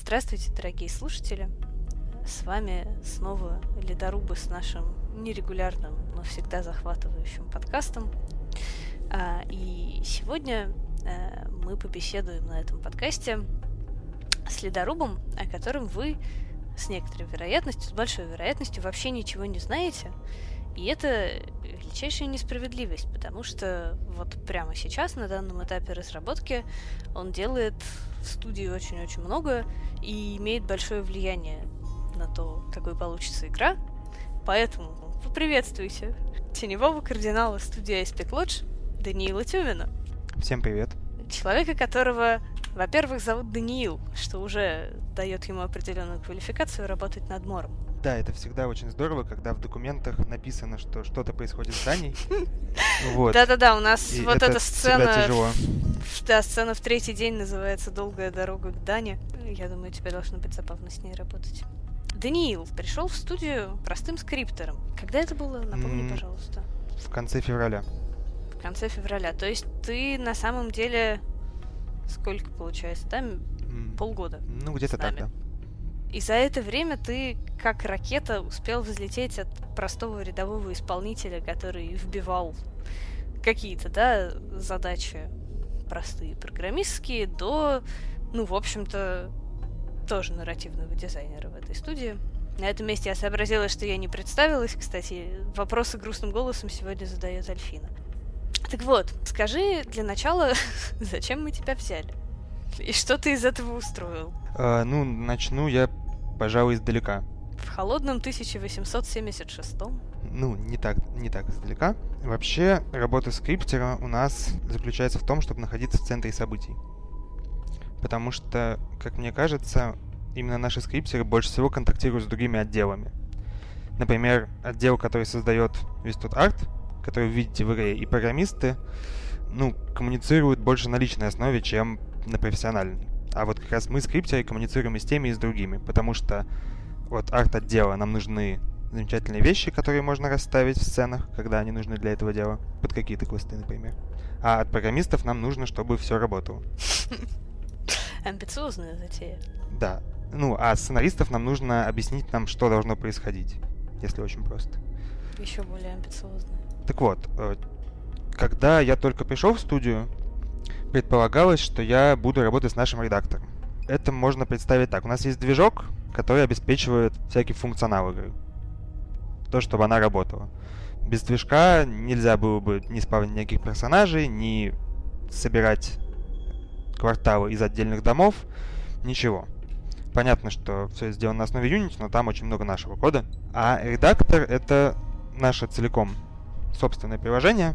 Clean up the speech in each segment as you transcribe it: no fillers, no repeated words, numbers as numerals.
Здравствуйте, дорогие слушатели! С вами снова Ледорубы с нашим нерегулярным, но всегда захватывающим подкастом. И сегодня мы побеседуем на этом подкасте с ледорубом, о котором вы с некоторой вероятностью, с большой вероятностью вообще ничего не знаете. И это величайшая несправедливость, потому что вот прямо сейчас, на данном этапе разработки, он делает в студии очень-очень много и имеет большое влияние на то, какой получится игра. Поэтому поприветствуйте теневого кардинала студии Aspect Lodge Даниила Тюмина. Всем привет. Человека, которого, во-первых, зовут Даниил, что уже дает ему определенную квалификацию работать над мором. Да, это всегда очень здорово, когда в документах написано, что что-то происходит с Даней. Да-да-да, у нас и вот эта сцена... тяжело. Да, сцена в третий день называется «Долгая дорога к Дане». Я думаю, тебе должно быть забавно с ней работать. Даниил пришел в студию простым скриптером. Когда это было? Напомни, пожалуйста. В конце февраля. В конце февраля. То есть ты на самом деле... Сколько получается, да? Полгода. Ну, где-то так, да. И за это время ты, как ракета, успел взлететь от простого рядового исполнителя, который вбивал какие-то, да, задачи простые программистские, до, в общем-то, тоже нарративного дизайнера в этой студии. На этом месте я сообразила, что я не представилась. Кстати, вопросы грустным голосом сегодня задает Альфина. Так вот, скажи для начала, зачем мы тебя взяли? И что ты из этого устроил? Начну я, пожалуй, издалека. В холодном 1876-м? Не так издалека. Вообще, работа скриптера у нас заключается в том, чтобы находиться в центре событий. Потому что, как мне кажется, именно наши скриптеры больше всего контактируют с другими отделами. Например, отдел, который создает весь тот арт, который вы видите в игре, и программисты, коммуницируют больше на личной основе, чем на профессиональной. А вот как раз мы, скриптеры, коммуницируем и с теми, и с другими, потому что от арт-отдела нам нужны замечательные вещи, которые можно расставить в сценах, когда они нужны для этого дела, под какие-то квесты, например. А от программистов нам нужно, чтобы все работало. Амбициозная затея. Да. А сценаристов нам нужно объяснить нам, что должно происходить, если очень просто. Еще более амбициозная. Так вот, когда я только пришел в студию, предполагалось, что я буду работать с нашим редактором. Это можно представить так. У нас есть движок, который обеспечивает всякий функционал игры. То, чтобы она работала. Без движка нельзя было бы ни спавнить никаких персонажей, ни собирать кварталы из отдельных домов, ничего. Понятно, что все сделано на основе Unity, но там очень много нашего кода. А редактор — это наше целиком собственное приложение,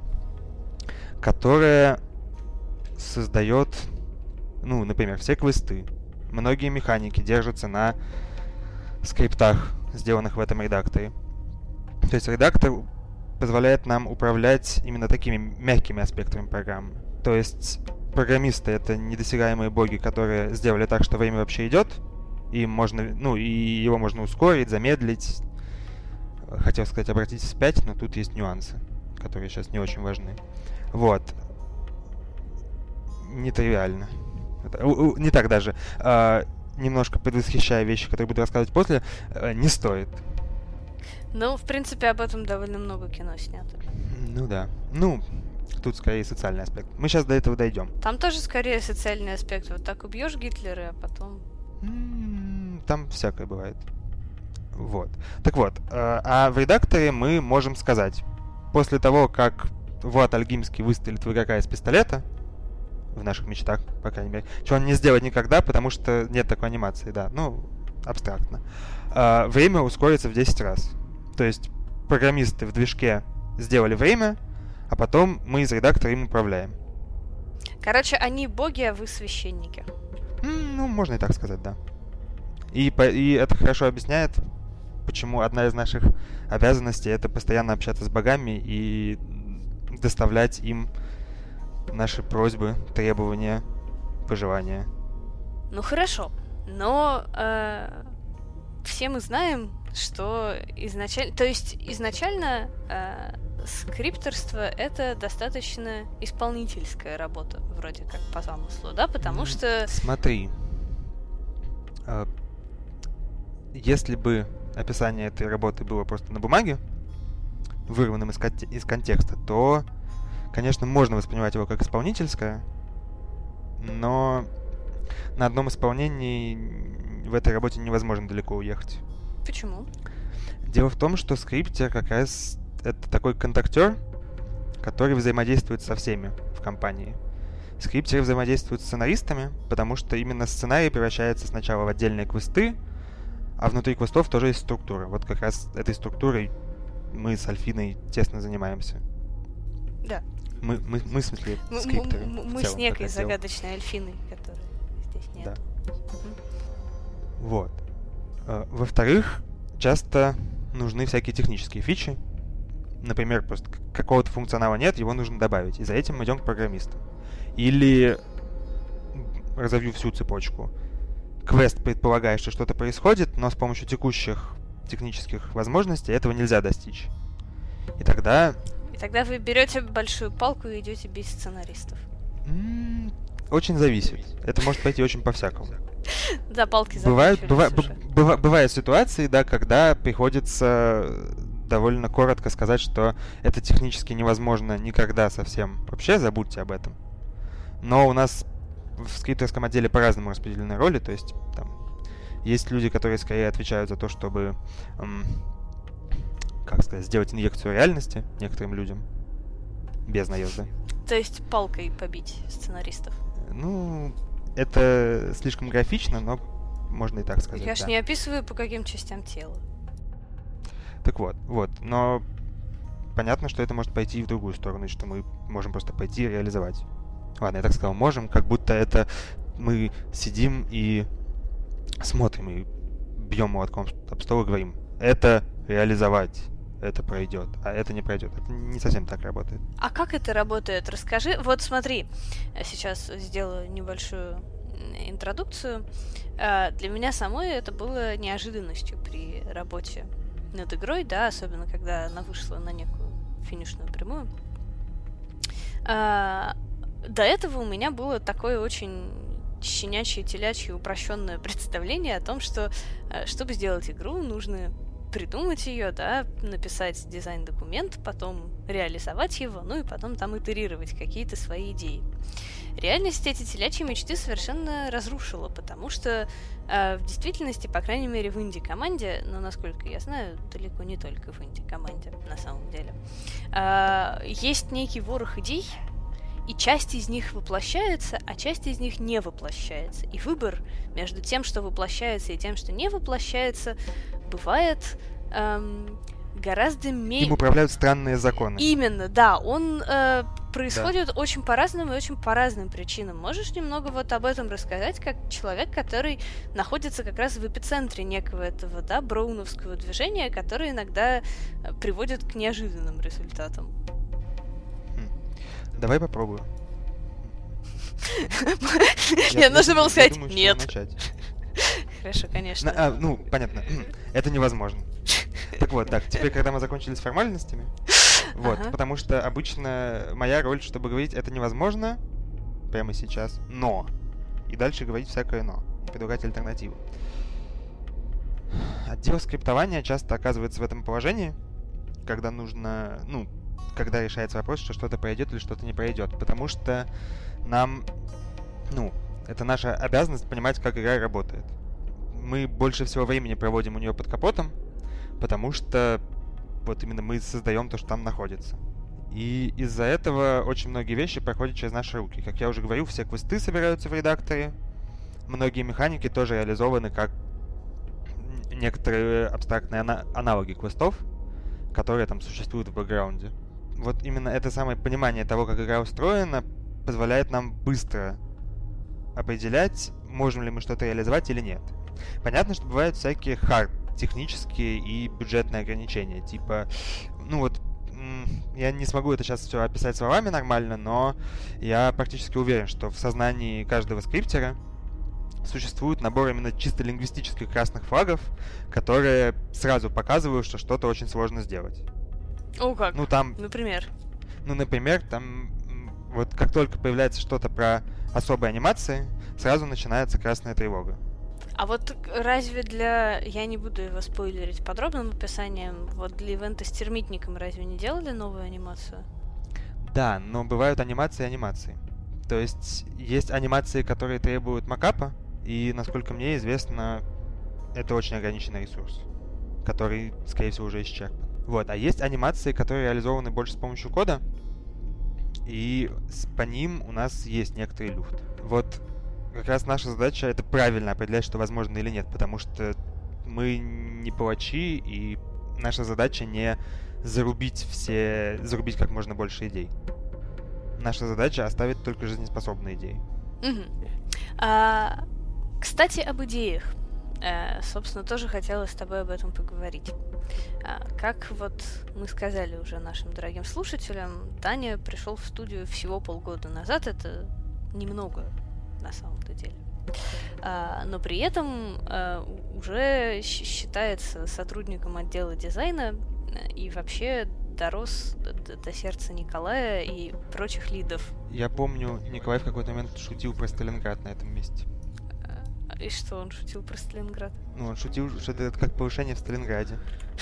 которое создает, например, все квесты. Многие механики держатся на скриптах, сделанных в этом редакторе. То есть редактор позволяет нам управлять именно такими мягкими аспектами программы. То есть программисты — это недосягаемые боги, которые сделали так, что время вообще идет, и можно, и его можно ускорить, замедлить. Хотел сказать, обратить вспять, но тут есть нюансы, которые сейчас не очень важны. Вот. Нетривиально. Не так даже. Немножко предвосхищая вещи, которые буду рассказывать после, не стоит. В принципе, об этом довольно много кино снято. Да. Тут скорее социальный аспект. Мы сейчас до этого дойдем. Там тоже скорее социальный аспект. Вот так убьешь Гитлера, а потом... Там всякое бывает. Вот. Так вот, а в редакторе мы можем сказать, после того, как Влад Альгимский выстрелит в игрока из пистолета, в наших мечтах, по крайней мере, чего он не сделает никогда, потому что нет такой анимации, да, абстрактно, время ускорится в 10 раз. То есть программисты в движке сделали время, а потом мы из редактора им управляем. Короче, они боги, а вы священники. Можно и так сказать, да. И это хорошо объясняет, почему одна из наших обязанностей — это постоянно общаться с богами и доставлять им наши просьбы, требования, пожелания. Хорошо. Но все мы знаем, что изначально скриптерство — это достаточно исполнительская работа, вроде как по замыслу, да? Потому что... Смотри. Если бы описание этой работы было просто на бумаге, вырванным из контекста, то, конечно, можно воспринимать его как исполнительское, но на одном исполнении в этой работе невозможно далеко уехать. Почему? Дело в том, что скриптер как раз это такой контактер, который взаимодействует со всеми в компании. Скриптеры взаимодействуют с сценаристами, потому что именно сценарий превращается сначала в отдельные квесты, а внутри квестов тоже есть структура. Вот как раз этой структурой мы с Альфиной тесно занимаемся. Да. Мы в смысле, скриптеры. Мы с некой загадочной Альфиной, которой здесь нет. Да. Вот. Во-вторых, часто нужны всякие технические фичи. Например, просто какого-то функционала нет, его нужно добавить. И за этим мы идем к программисту. Или разовью всю цепочку. Квест предполагает, что что-то происходит, но с помощью текущих технических возможностей этого нельзя достичь. И тогда вы берете большую палку и идете бить сценаристов. Очень зависит. Это может пойти очень по-всякому. Да, палки заканчивались уже. Бывают ситуации, да, когда приходится довольно коротко сказать, что это технически невозможно никогда совсем. Вообще забудьте об этом. Но у нас в скриптерском отделе по-разному распределены роли, то есть там есть люди, которые скорее отвечают за то, чтобы, сделать инъекцию реальности некоторым людям без наезда. То есть палкой побить сценаристов? Ну, это слишком графично, но можно и так сказать. Я ж не описываю, по каким частям тела. Так вот. Но понятно, что это может пойти и в другую сторону, и что мы можем просто пойти и реализовать. Ладно, я так сказал, можем, как будто это мы сидим и смотрим, и бьем молотком об стол и говорим, это реализовать, это пройдет, а это не пройдет. Это не совсем так работает. А как это работает? Расскажи. Вот смотри, я сейчас сделаю небольшую интродукцию. Для меня самой это было неожиданностью при работе над игрой, да, особенно когда она вышла на некую финишную прямую. До этого у меня было такое очень щенячье, телячье, упрощенное представление о том, что, чтобы сделать игру, нужно придумать ее, да, написать дизайн-документ, потом реализовать его, ну и потом там итерировать какие-то свои идеи. Реальность эти телячьи мечты совершенно разрушила, потому что в действительности, по крайней мере, в инди-команде, но, насколько я знаю, далеко не только в инди-команде, на самом деле, есть некий ворох идей, и часть из них воплощается, а часть из них не воплощается. И выбор между тем, что воплощается, и тем, что не воплощается, бывает гораздо меньше... Им управляют странные законы. Именно, да. Он происходит очень по-разному и очень по разным причинам. Можешь немного вот об этом рассказать, как человек, который находится как раз в эпицентре некого этого, да, броуновского движения, которое иногда приводит к неожиданным результатам? Давай попробую. Нет, нужно было сказать нет. Хорошо, конечно. Понятно. Это невозможно. Так вот, так, теперь, когда мы закончили с формальностями, потому что обычно моя роль, чтобы говорить это невозможно прямо сейчас, но. И дальше говорить всякое но. Предлагать альтернативу. Отдел скриптования часто оказывается в этом положении, когда нужно, когда решается вопрос, что что-то пройдет или что-то не пройдет. Потому что нам, это наша обязанность понимать, как игра работает. Мы больше всего времени проводим у нее под капотом, потому что вот именно мы создаем то, что там находится. И из-за этого очень многие вещи проходят через наши руки. Как я уже говорил, все квесты собираются в редакторе. Многие механики тоже реализованы как некоторые абстрактные аналоги квестов, которые там существуют в бэкграунде. Вот именно это самое понимание того, как игра устроена, позволяет нам быстро определять, можем ли мы что-то реализовать или нет. Понятно, что бывают всякие технические и бюджетные ограничения. Типа, я не смогу это сейчас все описать словами нормально, но я практически уверен, что в сознании каждого скриптера существует набор именно чисто лингвистических красных флагов, которые сразу показывают, что что-то очень сложно сделать. О, как? Например? Например, там вот как только появляется что-то про особые анимации, сразу начинается красная тревога. А вот разве я не буду его спойлерить подробным описанием, вот для ивента с термитником разве не делали новую анимацию? Да, но бывают анимации и анимации. То есть анимации, которые требуют макапа, и, насколько мне известно, это очень ограниченный ресурс, который, скорее всего, уже исчерпан. Вот, а есть анимации, которые реализованы больше с помощью кода, и по ним у нас есть некоторый люфт. Вот как раз наша задача — это правильно определять, что возможно или нет, потому что мы не палачи, и наша задача не зарубить как можно больше идей. Наша задача — оставить только жизнеспособные идеи. Кстати, об идеях. Собственно, тоже хотела с тобой об этом поговорить. Как вот мы сказали уже нашим дорогим слушателям, Даня пришел в студию всего полгода назад, это немного на самом-то деле. Но при этом уже считается сотрудником отдела дизайна и вообще дорос до сердца Николая и прочих лидов. Я помню, Николай в какой-то момент шутил про Сталинград на этом месте. И что, он шутил про Сталинград? Ну, он шутил, что это как повышение в Сталинграде.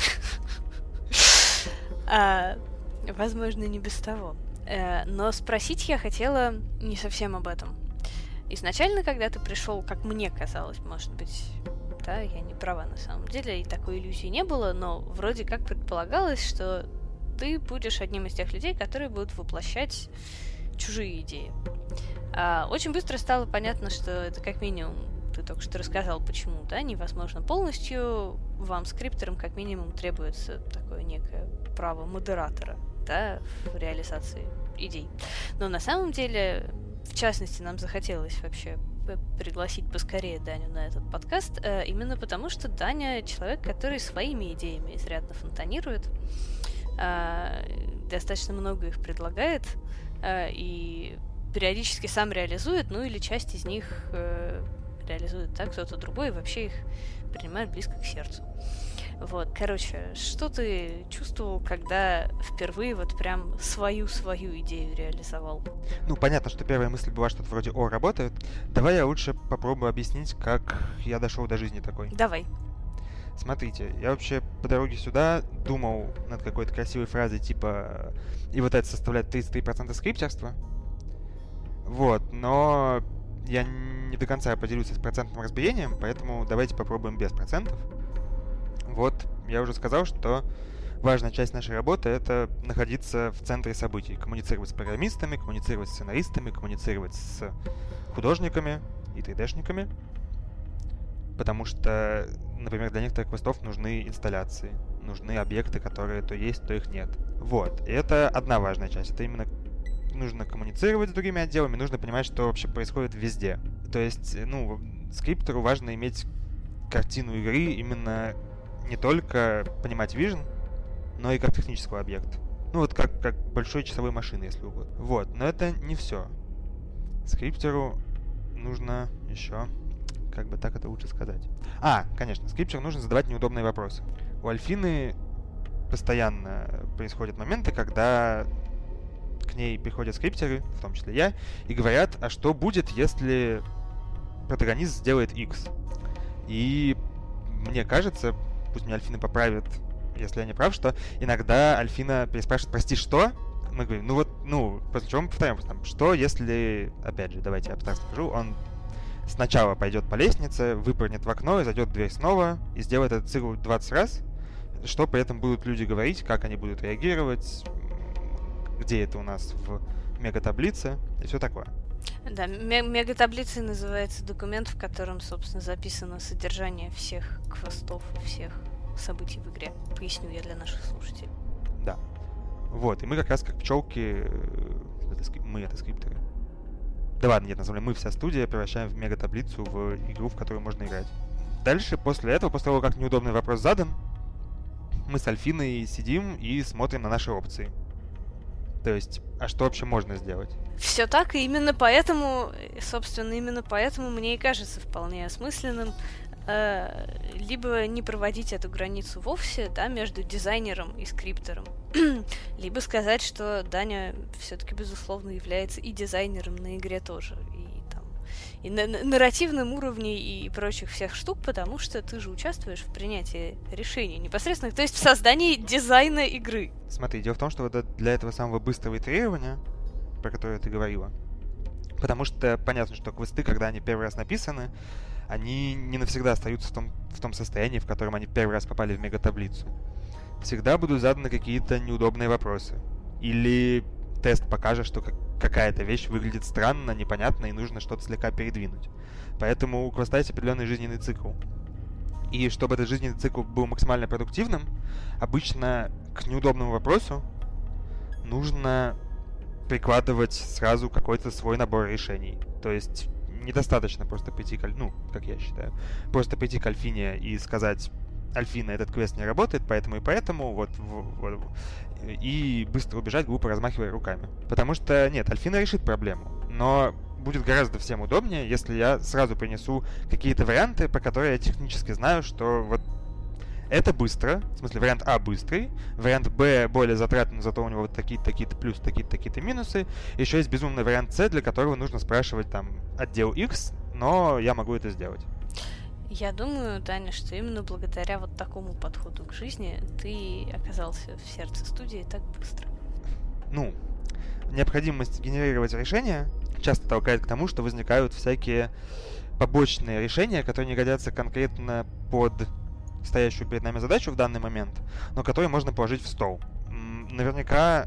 Возможно, не без того. Но спросить я хотела не совсем об этом. Изначально, когда ты пришел, как мне казалось, может быть, да, я не права на самом деле, и такой иллюзии не было, но вроде как предполагалось, что ты будешь одним из тех людей, которые будут воплощать чужие идеи. Очень быстро стало понятно, что это как минимум, ты только что рассказал, почему, да, невозможно полностью. Вам, скриптерам, как минимум требуется такое некое право модератора, да, в реализации идей. Но на самом деле, в частности, нам захотелось вообще пригласить поскорее Даню на этот подкаст, именно потому что Даня человек, который своими идеями изрядно фонтанирует, достаточно много их предлагает и периодически сам реализует, ну или часть из них реализует так, кто-то другой, и вообще их принимает близко к сердцу. Вот, короче, что ты чувствовал, когда впервые вот прям свою идею реализовал? Ну, понятно, что первая мысль была что-то вроде «О, работает». Давай я лучше попробую объяснить, как я дошел до жизни такой. Давай. Смотрите, я вообще по дороге сюда думал над какой-то красивой фразой типа «И вот это составляет 33% скриптерства». Вот, но я не до конца определился с процентным разбиением, поэтому давайте попробуем без процентов. Вот, я уже сказал, что важная часть нашей работы — это находиться в центре событий, коммуницировать с программистами, коммуницировать с сценаристами, коммуницировать с художниками и 3D-шниками, потому что, например, для некоторых квестов нужны инсталляции, нужны объекты, которые то есть, то их нет. Вот, и это одна важная часть, это именно нужно коммуницировать с другими отделами, нужно понимать, что вообще происходит везде. То есть, ну, скриптеру важно иметь картину игры именно не только понимать vision, но и как технического объекта. Ну вот как большой часовой машины, если угодно. Вот, но это не все. Скриптеру нужно еще... Как бы так это лучше сказать? Конечно, скриптеру нужно задавать неудобные вопросы. У Альфины постоянно происходят моменты, когда к ней приходят скриптеры, в том числе я, и говорят, а что будет, если протагонист сделает X? И мне кажется, пусть меня Альфина поправит, если я не прав, что иногда Альфина переспрашивает, прости, что? Мы говорим, после чего мы повторяем, что если, опять же, давайте я так скажу, он сначала пойдет по лестнице, выпрыгнет в окно и зайдет в дверь снова, и сделает этот цикл 20 раз, что при этом будут люди говорить, как они будут реагировать, где это у нас в мегатаблице и все такое. Да, мегатаблицей называется документ, в котором, собственно, записано содержание всех квестов, всех событий в игре. Поясню я для наших слушателей. Да. Вот, и мы как раз как пчелки, мы это скриптеры. Да ладно, нет, на самом деле мы, вся студия, превращаем в мегатаблицу в игру, в которую можно играть. Дальше, после того, как неудобный вопрос задан, мы с Альфиной сидим и смотрим на наши опции. То есть, а что вообще можно сделать? Все так, и именно поэтому мне и кажется вполне осмысленным либо не проводить эту границу вовсе, да, между дизайнером и скриптером, либо сказать, что Даня все-таки, безусловно, является и дизайнером на игре тоже, и на нарративном уровне и прочих всех штук, потому что ты же участвуешь в принятии решений непосредственно, то есть в создании дизайна игры. Смотри, дело в том, что вот для этого самого быстрого итерирования, про которое ты говорила, потому что понятно, что квесты, когда они первый раз написаны, они не навсегда остаются в том состоянии, в котором они первый раз попали в мегатаблицу. Всегда будут заданы какие-то неудобные вопросы. Или тест покажет, что какая-то вещь выглядит странно, непонятно, и нужно что-то слегка передвинуть. Поэтому у квеста есть определенный жизненный цикл. И чтобы этот жизненный цикл был максимально продуктивным, обычно к неудобному вопросу нужно прикладывать сразу какой-то свой набор решений. То есть недостаточно просто прийти как я считаю, просто прийти к Альфине и сказать: Альфина, этот квест не работает, поэтому и поэтому, и быстро убежать, глупо размахивая руками. Потому что, нет, Альфина решит проблему, но будет гораздо всем удобнее, если я сразу принесу какие-то варианты, по которым я технически знаю, что вот это быстро, в смысле вариант А быстрый, вариант Б более затратный, но зато у него вот такие-то плюсы, такие-то минусы. Еще есть безумный вариант С, для которого нужно спрашивать там отдел X, но я могу это сделать. Я думаю, Таня, что именно благодаря вот такому подходу к жизни ты оказался в сердце студии так быстро. Необходимость генерировать решения часто толкает к тому, что возникают всякие побочные решения, которые не годятся конкретно под стоящую перед нами задачу в данный момент, но которые можно положить в стол. Наверняка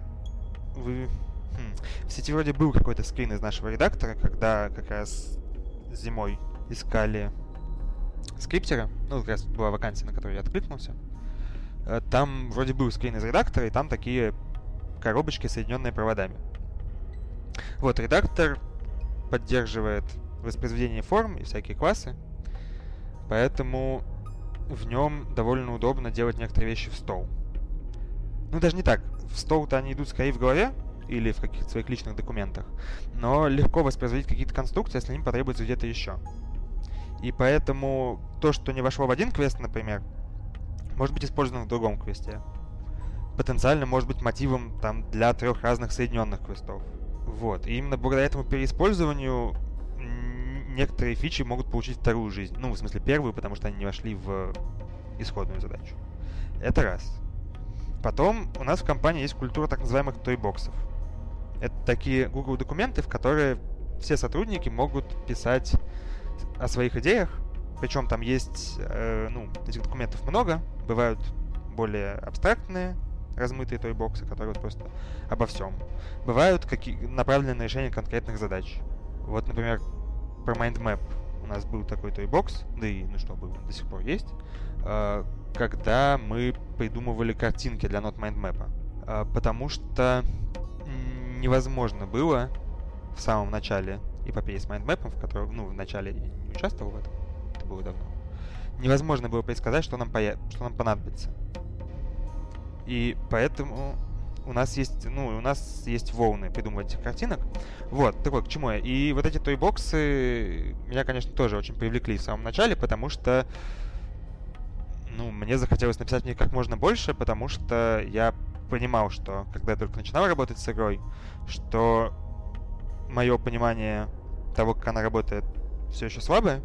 в сети вроде был какой-то скрин из нашего редактора, когда как раз зимой искали скриптера, как раз была вакансия, на которую я откликнулся. Там вроде был скрин из редактора, и там такие коробочки, соединенные проводами. Вот, редактор поддерживает воспроизведение форм и всякие классы, поэтому в нем довольно удобно делать некоторые вещи в стол. Даже не так. В стол-то они идут скорее в голове или в каких-то своих личных документах, но легко воспроизводить какие-то конструкции, если им потребуется где-то еще. И поэтому то, что не вошло в один квест, например, может быть использовано в другом квесте. Потенциально может быть мотивом там для 3 разных соединенных квестов. Вот. И именно благодаря этому переиспользованию некоторые фичи могут получить вторую жизнь. В смысле первую, потому что они не вошли в исходную задачу. Это раз. Потом у нас в компании есть культура так называемых тойбоксов. Это такие Google документы, в которые все сотрудники могут писать о своих идеях. Причем там есть, этих документов много. Бывают более абстрактные, размытые тойбоксы, которые просто обо всем. Бывают направленные на решение конкретных задач. Вот, например, про mindmap у нас был такой тойбокс, до сих пор есть, когда мы придумывали картинки для нот mindmap. Потому что невозможно было в самом начале эпопеи с mindmap, в котором, в начале я не участвовал в этом, это было давно, невозможно было предсказать, что нам понадобится. И поэтому у нас есть волны придумывать этих картинок. Вот, так вот, к чему я. И вот эти тойбоксы меня, конечно, тоже очень привлекли в самом начале, потому что, мне захотелось написать в них как можно больше, потому что я понимал, что, когда я только начинал работать с игрой, что мое понимание того, как она работает, все еще слабое,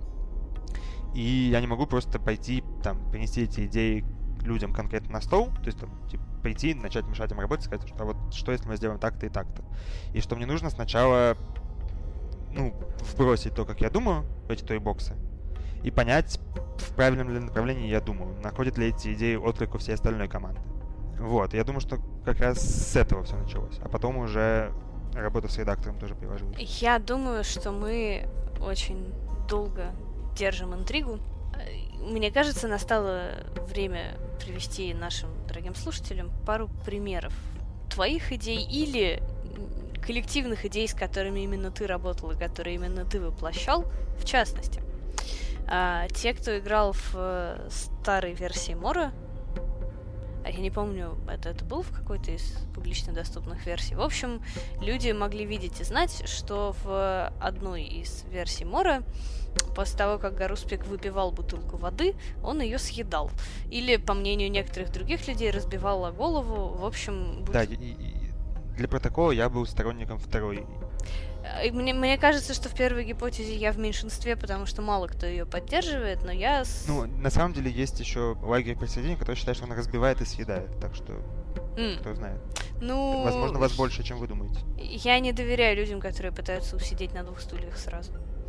и я не могу просто пойти, принести эти идеи людям конкретно на стол, то есть прийти, начать мешать им работать, сказать, что что если мы сделаем так-то и так-то. И что мне нужно сначала, вбросить то, как я думаю, в эти тойбоксы, и понять, в правильном ли направлении я думаю, находят ли эти идеи отклик у всей остальной команды. Вот, я думаю, что как раз с этого все началось, а потом уже работа с редактором тоже приложилась. Я думаю, что мы очень долго держим интригу. Мне кажется, настало время привести нашим дорогим слушателям пару примеров твоих идей или коллективных идей, с которыми именно ты работал и которые именно ты воплощал, в частности. Те, кто играл в старой версии Мора, я не помню, это был в какой-то из публично доступных версий. В общем, люди могли видеть и знать, что в одной из версий Мора после того, как Гаруспик выпивал бутылку воды, он ее съедал. Или, по мнению некоторых других людей, разбивал о голову. В общем... Да, и для протокола я был сторонником второй И мне кажется, что в первой гипотезе я в меньшинстве, потому что мало кто ее поддерживает, но я... Ну, на самом деле есть еще лагерь посередине, который считает, что он разбивает и съедает, так что кто знает. Ну... Возможно, вас больше, чем вы думаете. Я не доверяю людям, которые пытаются усидеть на 2 стульях сразу.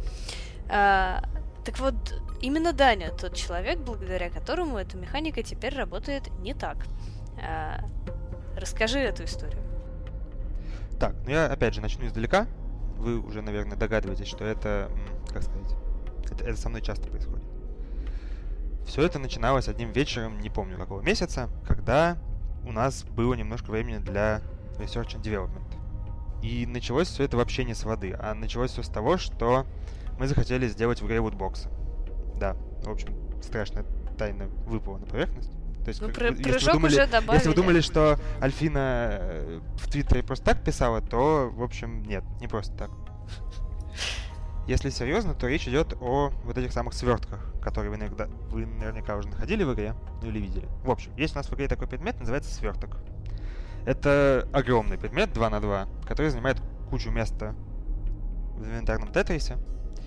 Так вот, именно Даня тот человек, благодаря которому эта механика теперь работает не так. Расскажи эту историю. Так, ну я опять же начну издалека. Вы уже, наверное, догадываетесь, что это, как сказать, это со мной часто происходит. Все это начиналось одним вечером, не помню какого месяца, когда у нас было немножко времени для Research and Development. И началось все это вообще не с воды, а началось все с того, что мы захотели сделать в игре лутбоксы. Да, в общем, страшная тайна выплыла на поверхность. То есть, прыжок уже добавили. Если вы думали, что Альфина в Твиттере просто так писала, то, в общем, нет, не просто так. Если серьезно, то речь идет о вот этих самых свертках, которые вы наверняка уже находили в игре, ну или видели. В общем, есть у нас в игре такой предмет, называется сверток. Это огромный предмет 2 на 2, который занимает кучу места в инвентарном тетрисе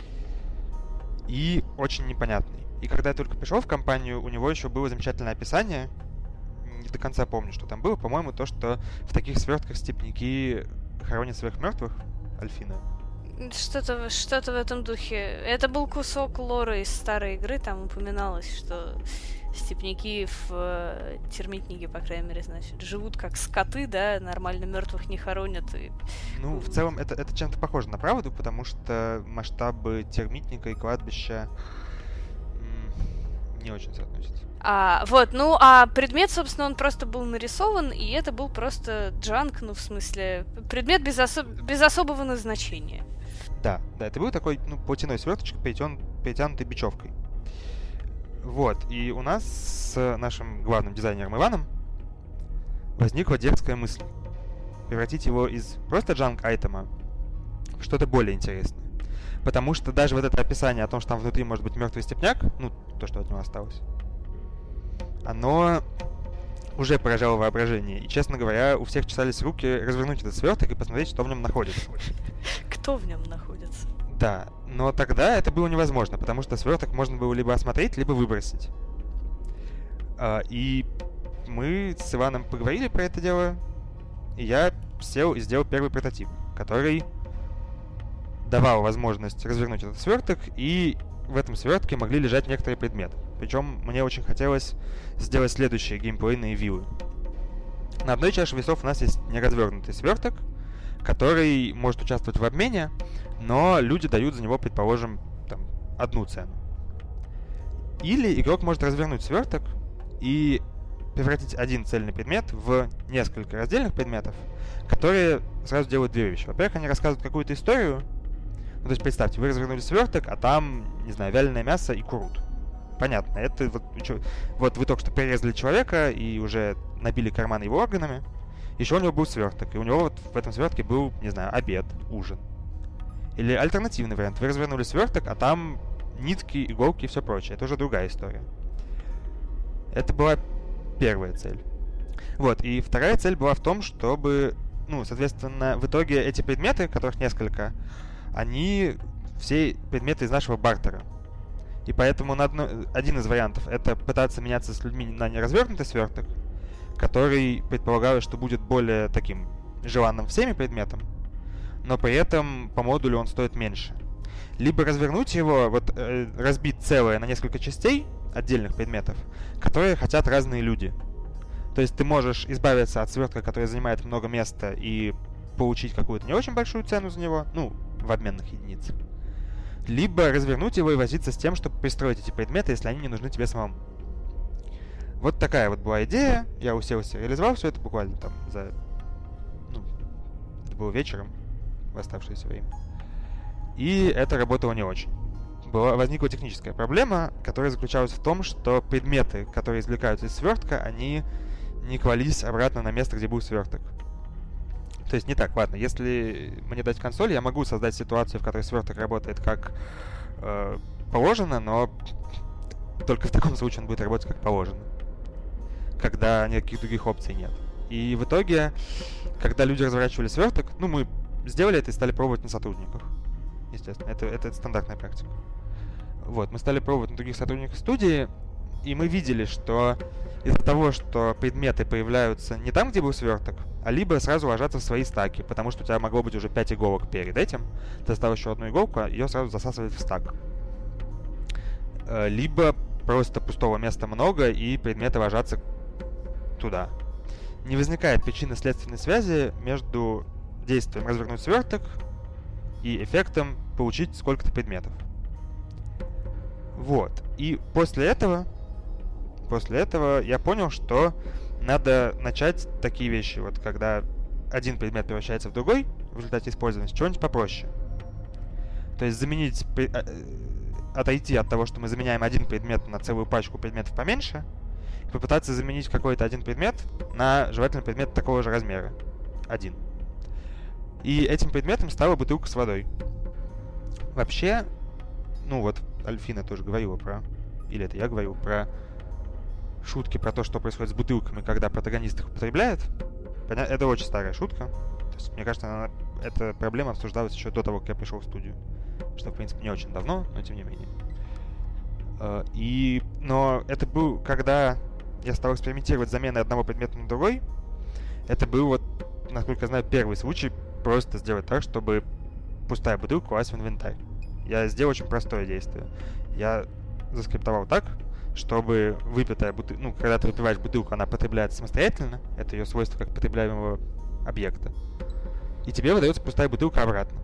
и очень непонятный. И когда я только пришел в компанию, у него еще было замечательное описание. Не до конца помню, что там было. По-моему, то, что в таких свертках степняки хоронят своих мертвых, Альфина. Что-то в этом духе. Это был кусок лора из старой игры, там упоминалось, что степняки в термитнике, по крайней мере, значит, живут как скоты, да, нормально мертвых не хоронят. И... Ну, в целом, это чем-то похоже на правду, потому что масштабы термитника и кладбища не очень соотносятся. А предмет, собственно, он просто был нарисован, и это был просто джанк, ну, в смысле, предмет без особого назначения. Да, это был такой, платяной сверточек, перетянутый бечевкой. Вот, и у нас с нашим главным дизайнером Иваном возникла дерзкая мысль превратить его из просто джанк-айтема в что-то более интересное. Потому что даже вот это описание о том, что там внутри может быть мертвый степняк, то, что от него осталось, оно уже поражало воображение. И, честно говоря, у всех чесались руки развернуть этот сверток и посмотреть, что в нем находится. Кто в нем находится? Да, но тогда это было невозможно, потому что сверток можно было либо осмотреть, либо выбросить. И мы с Иваном поговорили про это дело, и я сел и сделал первый прототип, который давал возможность развернуть этот сверток, и в этом свертке могли лежать некоторые предметы. Причем мне очень хотелось сделать следующие геймплейные вилы. На одной чаше весов у нас есть неразвернутый сверток, который может участвовать в обмене, но люди дают за него, предположим, там, 1 цену. Или игрок может развернуть сверток и превратить один цельный предмет в несколько раздельных предметов, которые сразу делают 2 вещи. Во-первых, они рассказывают какую-то историю. Ну, то есть, представьте, вы развернули сверток, а там, не знаю, вяленое мясо и курут. Понятно, это вот вы только что перерезали человека и уже набили карманы его органами. Еще у него был сверток, и у него вот в этом свертке был, не знаю, обед, ужин. Или альтернативный вариант. Вы развернули сверток, а там нитки, иголки и все прочее. Это уже другая история. Это была первая цель. Вот, и вторая цель была в том, чтобы, соответственно, в итоге эти предметы, которых несколько, они все предметы из нашего бартера. И поэтому один из вариантов — это пытаться меняться с людьми на неразвернутый сверток, который предполагалось, что будет более таким желанным всеми предметом, но при этом по модулю он стоит меньше. Либо развернуть его, разбить целое на несколько частей отдельных предметов, которые хотят разные люди. То есть ты можешь избавиться от свертка, который занимает много места, и получить какую-то не очень большую цену за него, в обменных единицах. Либо развернуть его и возиться с тем, чтобы пристроить эти предметы, если они не нужны тебе самому. Вот такая вот была идея. Я уселся, реализовал все это буквально там это было вечером в оставшееся время. И это работало не очень. Возникла техническая проблема, которая заключалась в том, что предметы, которые извлекаются из свертка, они не клались обратно на место, где был сверток. То есть не так, ладно, если мне дать консоль, я могу создать ситуацию, в которой сверток работает как положено, но только в таком случае он будет работать как положено, когда никаких других опций нет. И в итоге, когда люди разворачивали сверток, мы сделали это и стали пробовать на сотрудниках. Естественно, это стандартная практика. Вот, мы стали пробовать на других сотрудниках студии, и мы видели, что из-за того, что предметы появляются не там, где был сверток, а либо сразу ложатся в свои стаки, потому что у тебя могло быть уже 5 иголок перед этим, ты достал еще одну иголку, ее сразу засасывает в стак. Либо просто пустого места много, и предметы ложатся туда. Не возникает причинно-следственной связи между действием развернуть сверток и эффектом получить сколько-то предметов. Вот. И после этого я понял, что надо начать такие вещи, вот когда один предмет превращается в другой в результате использования, с чего-нибудь попроще. То есть отойти от того, что мы заменяем один предмет на целую пачку предметов поменьше, и попытаться заменить какой-то один предмет на желательно предмет такого же размера. Один. И этим предметом стала бутылка с водой. Вообще, ну вот Альфина тоже говорила про, или это я говорил, про шутки про то, что происходит с бутылками, когда протагонист их употребляет. Это очень старая шутка. То есть, мне кажется, эта проблема обсуждалась еще до того, как я пришел в студию. Что, в принципе, не очень давно, но тем не менее. Но это был, когда я стал экспериментировать с заменой одного предмета на другой. Это был, вот, насколько я знаю, первый случай просто сделать так, чтобы пустая бутылка класть в инвентарь. Я сделал очень простое действие. Я заскриптовал так, чтобы выпитая бутылка, ну, когда ты выпиваешь бутылку, она потребляется самостоятельно. Это ее свойство как потребляемого объекта. И тебе выдается пустая бутылка обратно.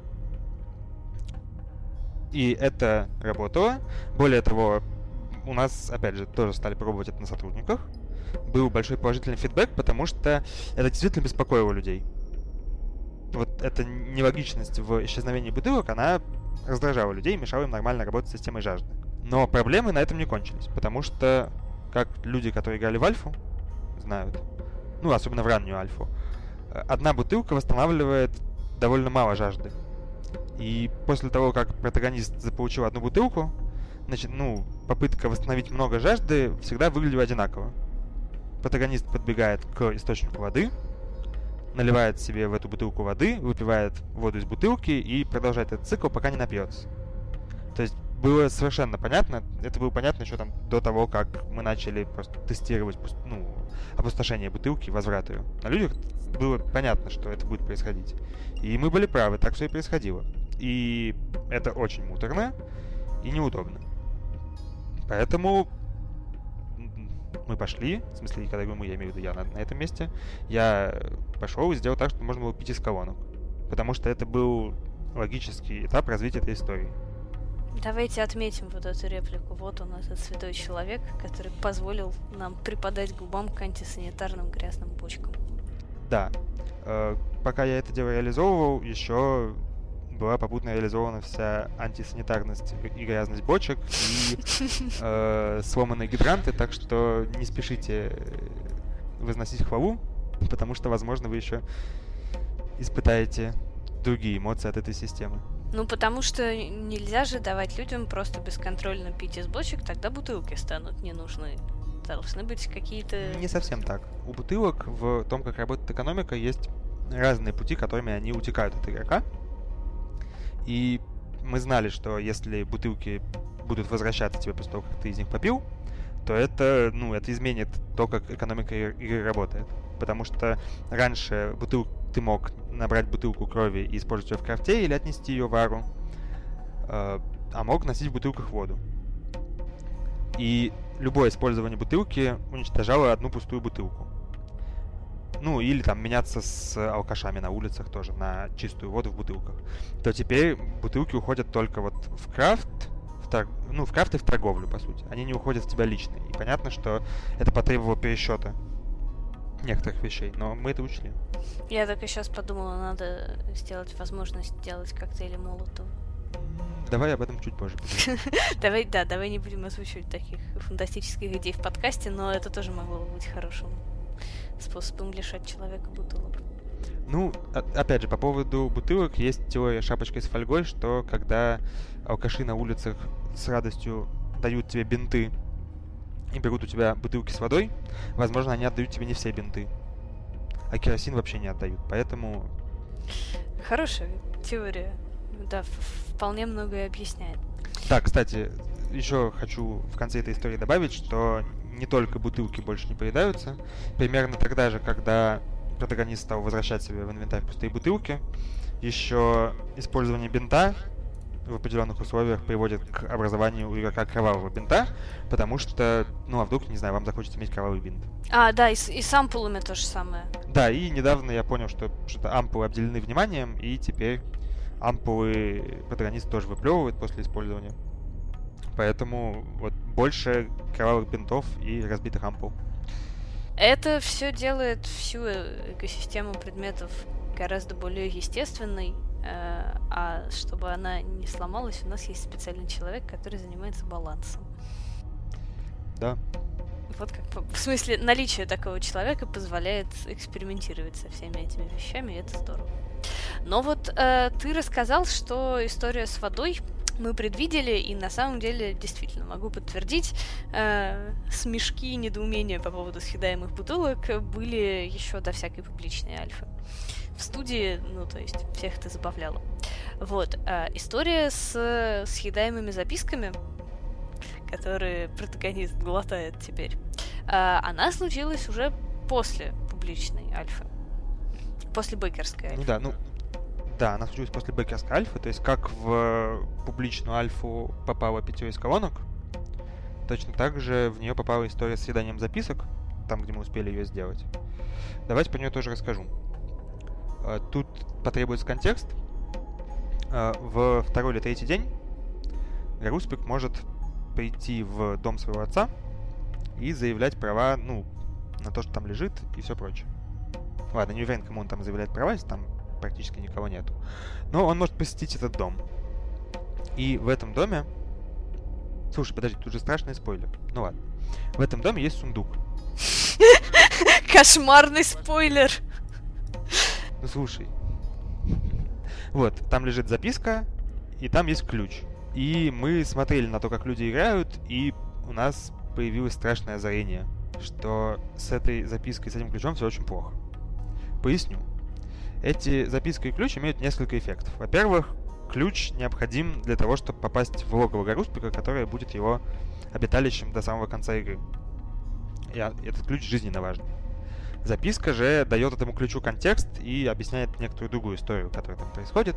И это работало. Более того, у нас, опять же, тоже стали пробовать это на сотрудниках. Был большой положительный фидбэк, потому что это действительно беспокоило людей. Вот эта нелогичность в исчезновении бутылок, она раздражала людей и мешала им нормально работать с системой жажды. Но проблемы на этом не кончились, потому что, как люди, которые играли в альфу, знают, ну, особенно в раннюю альфу, одна бутылка восстанавливает довольно мало жажды. И после того, как протагонист заполучил одну бутылку, значит, ну, попытка восстановить много жажды всегда выглядела одинаково. Протагонист подбегает к источнику воды, наливает себе в эту бутылку воды, выпивает воду из бутылки и продолжает этот цикл, пока не напьется. То есть было совершенно понятно, это было понятно еще там до того, как мы начали просто тестировать, ну, опустошение бутылки, возврат ее. На людях было понятно, что это будет происходить. И мы были правы, так все и происходило. И это очень муторно и неудобно. Поэтому мы пошли, в смысле, когда я говорю мы, я имею в виду я на этом месте, я пошел и сделал так, что можно было пить из колонок. Потому что это был логический этап развития этой истории. Давайте отметим вот эту реплику. Вот он, этот святой человек, который позволил нам припадать губам к антисанитарным грязным бочкам. Да. Пока я это дело реализовывал, еще была попутно реализована вся антисанитарность и грязность бочек и сломанные гидранты, так что не спешите возносить хвалу, потому что, возможно, вы еще испытаете другие эмоции от этой системы. Ну, потому что нельзя же давать людям просто бесконтрольно пить из бочек, тогда бутылки станут не нужны. Должны быть какие-то... Не совсем так. У бутылок в том, как работает экономика, есть разные пути, которыми они утекают от игрока. И мы знали, что если бутылки будут возвращаться тебе после того, как ты из них попил, то это, ну, это изменит то, как экономика игры работает. Потому что раньше ты мог набрать бутылку крови и использовать ее в крафте или отнести ее в ару, а мог носить в бутылках воду. И любое использование бутылки уничтожало одну пустую бутылку. Ну, или там меняться с алкашами на улицах тоже, на чистую воду в бутылках. То теперь бутылки уходят только вот в крафт, в крафт и в торговлю, по сути. Они не уходят в тебя лично. И понятно, что это потребовало пересчета некоторых вещей, но мы это учли. Я только сейчас подумала, надо сделать возможность делать коктейли Молотова. Давай об этом чуть позже. Давай не будем озвучивать таких фантастических идей в подкасте, но это тоже могло бы быть хорошим способом лишать человека бутылок. Ну, опять же, по поводу бутылок есть теория шапочкой с фольгой, что когда алкаши на улицах с радостью дают тебе бинты и берут у тебя бутылки с водой, возможно, они отдают тебе не все бинты, а керосин вообще не отдают. Поэтому Хорошая теория. Да, вполне многое объясняет. Да, кстати, еще хочу в конце этой истории добавить, что не только бутылки больше не поедаются. Примерно тогда же, когда протагонист стал возвращать себе в инвентарь пустые бутылки, еще использование бинта в определенных условиях приводит к образованию у игрока кровавого бинта, потому что, ну а вдруг, не знаю, вам захочется иметь кровавый бинт. Да, и с ампулами то же самое. Да, и недавно я понял, что что-то ампулы обделены вниманием, и теперь ампулы протагонист тоже выплевывает после использования. Поэтому вот больше кровавых бинтов и разбитых ампул. Это все делает всю экосистему предметов гораздо более естественной, а чтобы она не сломалась, у нас есть специальный человек, который занимается балансом. Да. Вот как, в смысле, наличие такого человека позволяет экспериментировать со всеми этими вещами, и это здорово. Но вот ты рассказал, что история с водой мы предвидели, и на самом деле, действительно, могу подтвердить, смешки и недоумения по поводу съедаемых бутылок были еще до всякой публичной альфы. В студии, ну, то есть, всех это забавляло. Вот, история с съедаемыми записками, которые протагонист глотает теперь, она случилась уже после публичной альфы. После бейкерской альфы. Да, она случилась после бейкерской альфы, то есть как в публичную альфу попала питье из колонок, точно так же в нее попала история с съеданием записок, там, где мы успели ее сделать. Давайте про нее тоже расскажу. Тут потребуется контекст. В второй или третий день Гаруспик может прийти в дом своего отца и заявлять права, на то, что там лежит и все прочее. Ладно, не уверен, кому он там заявляет права, если там практически никого нету. Но он может посетить этот дом. И в этом доме... Слушай, подожди, тут же страшный спойлер. Ну ладно. В этом доме есть сундук. Кошмарный спойлер! Ну слушай. Вот, там лежит записка, и там есть ключ. И мы смотрели на то, как люди играют, и у нас появилось страшное озарение, что с этой запиской, с этим ключом все очень плохо. Поясню. Эти записка и ключ имеют несколько эффектов. Во-первых, ключ необходим для того, чтобы попасть в логово Гаруспика, которое будет его обиталищем до самого конца игры. И этот ключ жизненно важен. Записка же дает этому ключу контекст и объясняет некоторую другую историю, которая там происходит.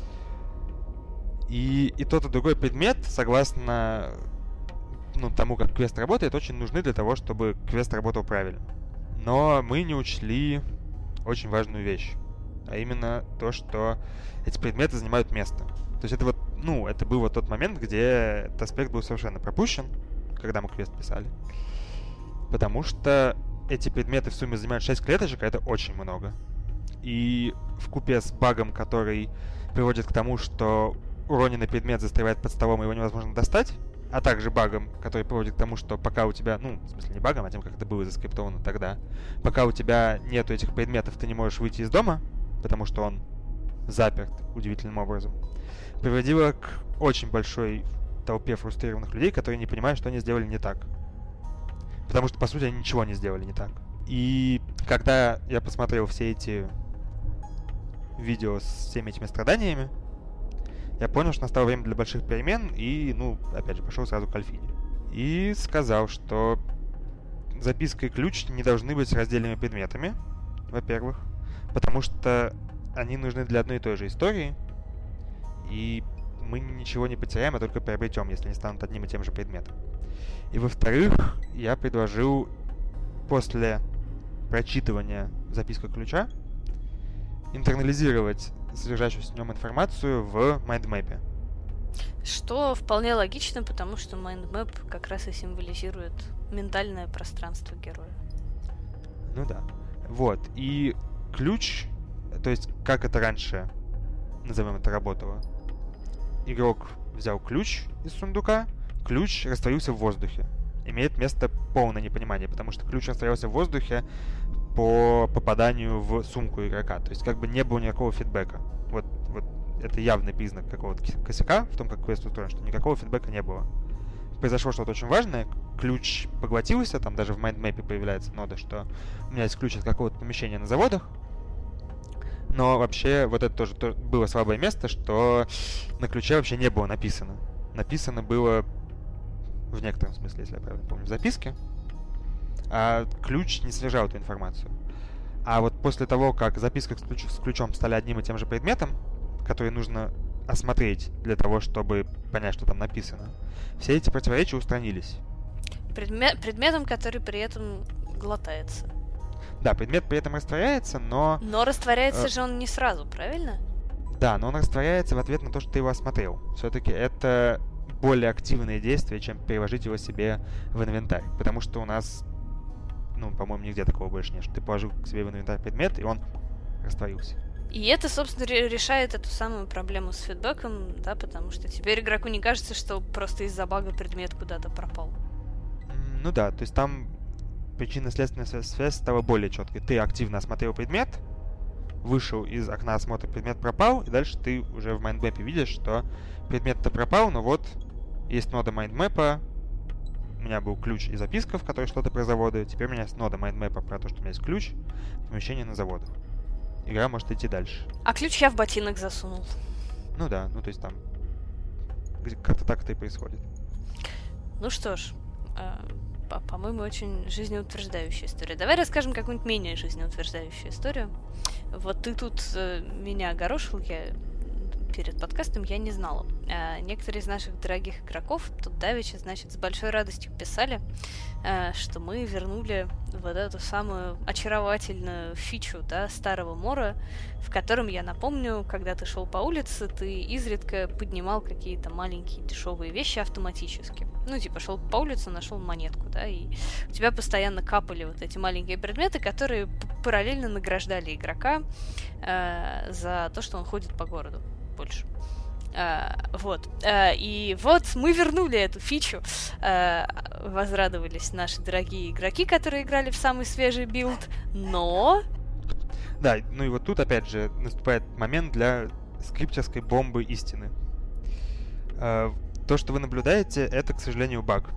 И тот и другой предмет, согласно тому, как квест работает, очень нужны для того, чтобы квест работал правильно. Но мы не учли очень важную вещь, а именно то, что эти предметы занимают место. То есть это это был вот тот момент, где этот аспект был совершенно пропущен, когда мы квест писали. Потому что эти предметы в сумме занимают 6 клеточек, а это очень много. И вкупе с багом, который приводит к тому, что уроненный предмет застревает под столом, и его невозможно достать, а также багом, который приводит к тому, что пока у тебя, в смысле не багом, а тем, как это было заскриптовано тогда, пока у тебя нету этих предметов, ты не можешь выйти из дома, потому что он заперт удивительным образом, приводило к очень большой толпе фрустрированных людей, которые не понимают, что они сделали не так. Потому что, по сути, они ничего не сделали не так. И когда я посмотрел все эти видео с всеми этими страданиями, я понял, что настало время для больших перемен, и, опять же, пошел сразу к Альфине. И сказал, что записка и ключ не должны быть раздельными предметами, во-первых, потому что они нужны для одной и той же истории, и мы ничего не потеряем, а только приобретем, если они станут одним и тем же предметом. И, во-вторых, я предложил после прочитывания записки ключа интернализировать содержащуюся в нем информацию в майндмэпе. Что вполне логично, потому что майндмэп как раз и символизирует ментальное пространство героя. Ну да. Вот. И ключ, то есть как это раньше, назовем это, работало. Игрок взял ключ из сундука, ключ растворился в воздухе. Имеет место полное непонимание, потому что ключ растворился в воздухе по попаданию в сумку игрока. То есть как бы не было никакого фидбэка. Вот это явный признак какого-то косяка в том, как квест устроен, что никакого фидбэка не было. Произошло что-то очень важное, ключ поглотился, там даже в майндмэпе появляется нода, что у меня есть ключ от какого-то помещения на заводах, Но вообще вот это тоже было слабое место, что на ключе вообще не было написано. Написано было в некотором смысле, если я правильно помню, в записке, а ключ не содержал эту информацию. А вот после того, как записка с ключом стали одним и тем же предметом, который нужно осмотреть для того, чтобы понять, что там написано, все эти противоречия устранились. Предметом, который при этом глотается. Да, предмет при этом растворяется, но... Но растворяется же он не сразу, правильно? Да, но он растворяется в ответ на то, что ты его осмотрел. Все-таки это более активное действие, чем переложить его себе в инвентарь. Потому что у нас, по-моему, нигде такого больше нет, что ты положил к себе в инвентарь предмет, и он растворился. И это, собственно, решает эту самую проблему с фидбэком, да, потому что теперь игроку не кажется, что просто из-за бага предмет куда-то пропал. Ну да, то есть там причинно-следственная связь стала более четкой. Ты активно осмотрел предмет, вышел из окна осмотра, предмет пропал, и дальше ты уже в майндмэпе видишь, что предмет-то пропал, но вот есть нода майндмэпа, у меня был ключ и записка, в которой что-то про заводы, теперь у меня есть нода майндмэпа про то, что у меня есть ключ, помещение на заводах. Игра может идти дальше. А ключ я в ботинок засунул. Ну да, то есть там как-то так это и происходит. Ну что ж, по-моему, очень жизнеутверждающая история. Давай расскажем какую-нибудь менее жизнеутверждающую историю. Вот ты тут меня огорошил, я перед подкастом я не знала. Некоторые из наших дорогих игроков тут давеча, значит, с большой радостью писали, что мы вернули вот эту самую очаровательную фичу, да, Старого Мора, в котором, я напомню, когда ты шел по улице, ты изредка поднимал какие-то маленькие дешевые вещи автоматически. Типа шел по улице, нашел монетку, да, и у тебя постоянно капали вот эти маленькие предметы, которые параллельно награждали игрока за то, что он ходит по городу больше. И вот мы вернули эту фичу. Возрадовались наши дорогие игроки, которые играли в самый свежий билд, но... Да, и вот тут опять же наступает момент для скриптерской бомбы истины. То, что вы наблюдаете, это, к сожалению, баг.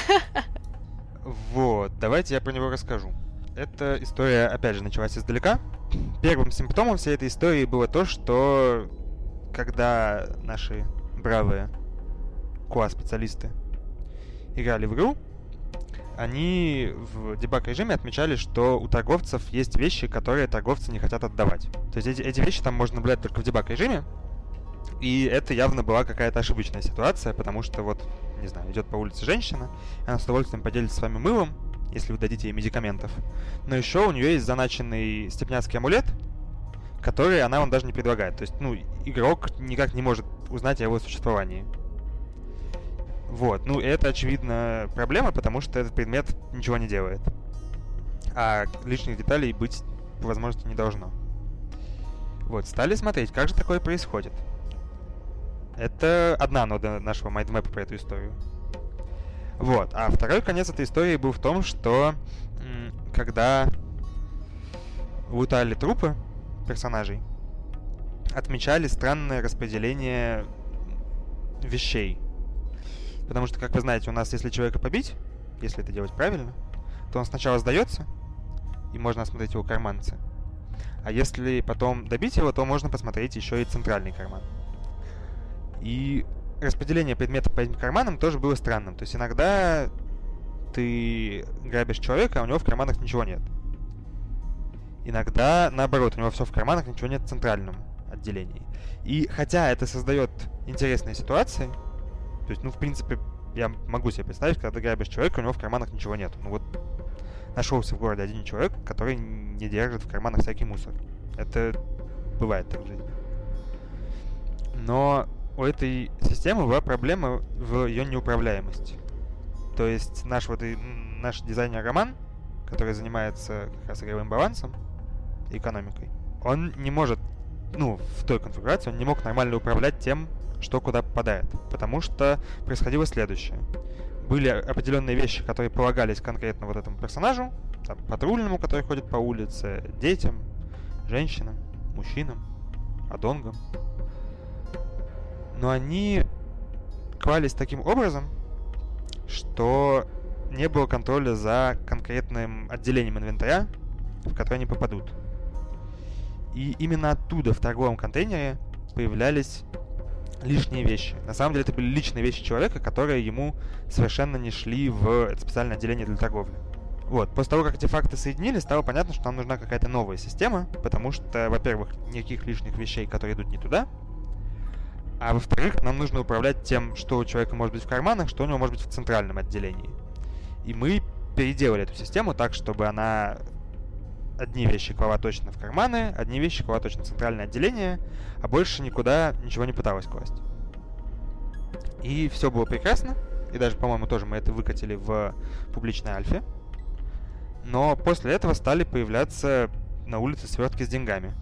Вот, давайте я про него расскажу. Эта история, опять же, началась издалека. Первым симптомом всей этой истории было то, что когда наши бравые QA-специалисты играли в игру, они в дебаг-режиме отмечали, что у торговцев есть вещи, которые торговцы не хотят отдавать. То есть эти вещи там можно наблюдать только в дебаг-режиме, и это явно была какая-то ошибочная ситуация, потому что не знаю, идет по улице женщина, она с удовольствием поделится с вами мылом, если вы дадите ей медикаментов. Но еще у нее есть заначенный степняцкий амулет, который она вам даже не предлагает. То есть, игрок никак не может узнать о его существовании. Это, очевидно, проблема, потому что этот предмет ничего не делает. А лишних деталей быть по возможности не должно. Стали смотреть, как же такое происходит. Это одна нода нашего майндмэпа про эту историю. А второй конец этой истории был в том, что когда лутали трупы персонажей, отмечали странное распределение вещей. Потому что, как вы знаете, у нас, если человека побить, если это делать правильно, то он сначала сдается, и можно осмотреть его карманцы. А если потом добить его, то можно посмотреть еще и центральный карман. И распределение предметов по этим карманам тоже было странным. То есть иногда ты грабишь человека, а у него в карманах ничего нет. Иногда, наоборот, у него все в карманах, ничего нет в центральном отделении. И хотя это создает интересные ситуации, то есть, в принципе, я могу себе представить, когда ты грабишь человека, у него в карманах ничего нет. Нашелся в городе один человек, который не держит в карманах всякий мусор. Это бывает так в жизни. Но у этой системы была проблема в ее неуправляемости. То есть наш дизайнер Роман, который занимается как раз игровым балансом и экономикой, он не может, в той конфигурации он не мог нормально управлять тем, что куда попадает. Потому что происходило следующее. Были определенные вещи, которые полагались конкретно этому персонажу, патрульному, который ходит по улице, детям, женщинам, мужчинам, адонгам. Но они клались таким образом, что не было контроля за конкретным отделением инвентаря, в который они попадут. И именно оттуда, в торговом контейнере, появлялись лишние вещи. На самом деле это были личные вещи человека, которые ему совершенно не шли в это специальное отделение для торговли. Вот. После того, как эти факты соединились, стало понятно, что нам нужна какая-то новая система, потому что, во-первых, никаких лишних вещей, которые идут не туда, а во-вторых, нам нужно управлять тем, что у человека может быть в карманах, что у него может быть в центральном отделении. И мы переделали эту систему так, чтобы она одни вещи клала точно в карманы, одни вещи клала точно в центральное отделение, а больше никуда ничего не пыталась класть. И все было прекрасно, и даже, по-моему, тоже мы это выкатили в публичной альфе. Но после этого стали появляться на улице свертки с деньгами.